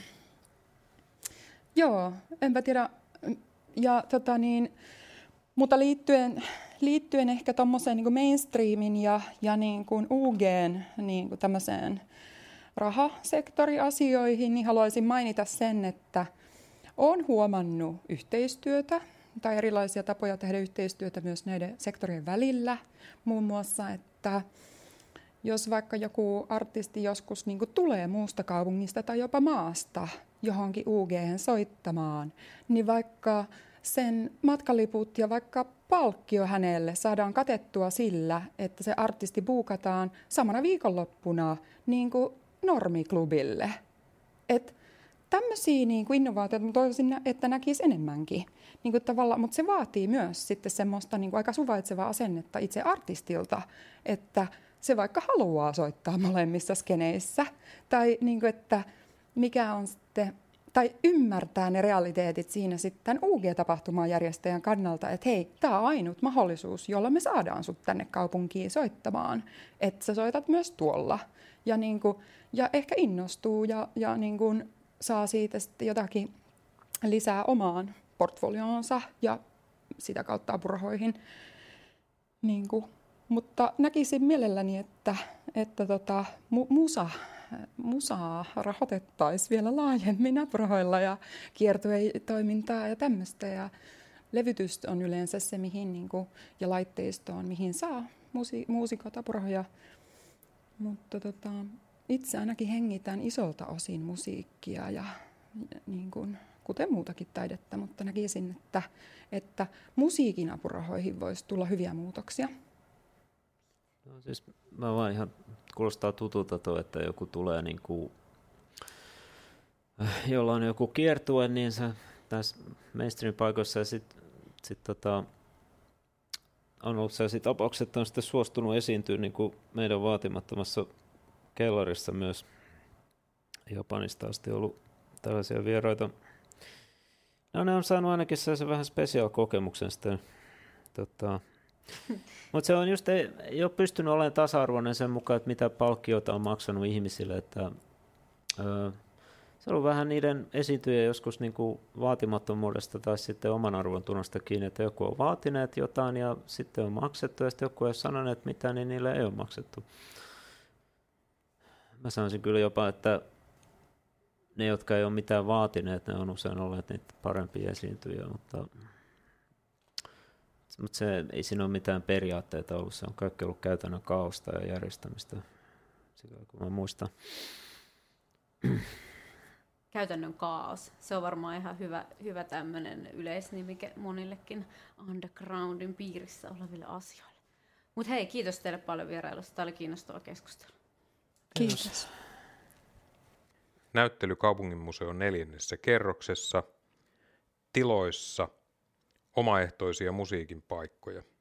joo, enpä tiedä. Ja, tota, niin, mutta liittyen, liittyen ehkä tuommoiseen niin kuin mainstreamin ja, ja niin kuin U G:n niin kuin tämmöiseen rahasektoriasioihin, niin haluaisin mainita sen, että olen huomannut yhteistyötä tai erilaisia tapoja tehdä yhteistyötä myös näiden sektorien välillä. Muun muassa, että jos vaikka joku artisti joskus niin kuin tulee muusta kaupungista tai jopa maasta johonkin U G:hen soittamaan, niin vaikka sen matkaliput ja vaikka palkkio hänelle saadaan katettua sillä, että se artisti buukataan samana viikonloppuna niin kuin normiklubille. Et tämmöisiä niin kuin innovaatioita mä toivoisin, että näkisi enemmänkin. Niin kuin tavallaan, mutta se vaatii myös sitten semmoista niin kuin aika suvaitsevaa asennetta itse artistilta, että se vaikka haluaa soittaa molemmissa skeneissä. Tai niin kuin, että mikä on sitten, tai ymmärtää ne realiteetit siinä sitten U G-tapahtuman järjestäjän kannalta, että hei, tämä on ainut mahdollisuus, jolla me saadaan sut tänne kaupunkiin soittamaan, että sä soitat myös tuolla. Ja, niin kuin, ja ehkä innostuu ja, ja niin kuin saa siitä sitten jotakin lisää omaan portfolioonsa ja sitä kautta apurahoihin. Niin kuin, mutta näkisin mielelläni, että, että tota, mu- musa, musaa rahoitettaisiin vielä laajemmin apurahoilla ja kiertuetoimintaa ja tämmöistä. Ja levytys on yleensä se, mihin, niin kuin, ja laitteisto on, mihin saa musi- muusikot apurahoja. Mutta tota, itse ainakin hengitän isolta osin musiikkia ja niin kuin, kuten muutakin taidetta, mutta näkisin, että, että musiikin apurahoihin voisi tulla hyviä muutoksia. No, siis mä vaan ihan kuulostaa tutulta tuo, että joku tulee niin kuin, jolla on joku kiertue, niin se tässä mainstream-paikoissa ja sitten sit tota, on ollut sellaisia tapauksia, että on sitten suostunut esiintyä niin kuin meidän vaatimattomassa kellarissa myös. Japanista asti ollut tällaisia vieraita. No ne on saanut ainakin sellaisen vähän special-kokemuksen sitten. Tota. Mutta se on just, ei, ei ole pystynyt olemaan tasa-arvoinen sen mukaan, että mitä palkkioita on maksanut ihmisille. Että, öö, se on ollut vähän niiden esiintyjien joskus niin kuin vaatimattomuudesta tai sitten oman arvon tunnosta kiinni, että joku on vaatineet jotain ja sitten on maksettu ja sitten joku ei sanoneet mitään, niin niille ei ole maksettu. Mä sanoisin kyllä jopa, että ne, jotka ei ole mitään vaatineet, ne on usein olleet niitä parempia esiintyjiä, mutta, mutta se, ei siinä ole mitään periaatteita ollut. Se on kaikki ollut käytännön kaaosta ja järjestämistä, sitä kun mä muistan. Käytännön kaos. Se on varmaan ihan hyvä, hyvä tämmöinen yleisnimike monillekin undergroundin piirissä oleville asioille. Mutta hei, kiitos teille paljon vierailusta. Tämä oli kiinnostava keskustelu. Kiitos. Kiitos. Näyttely Kaupunginmuseon neljännessä kerroksessa, tiloissa, omaehtoisia musiikin paikkoja.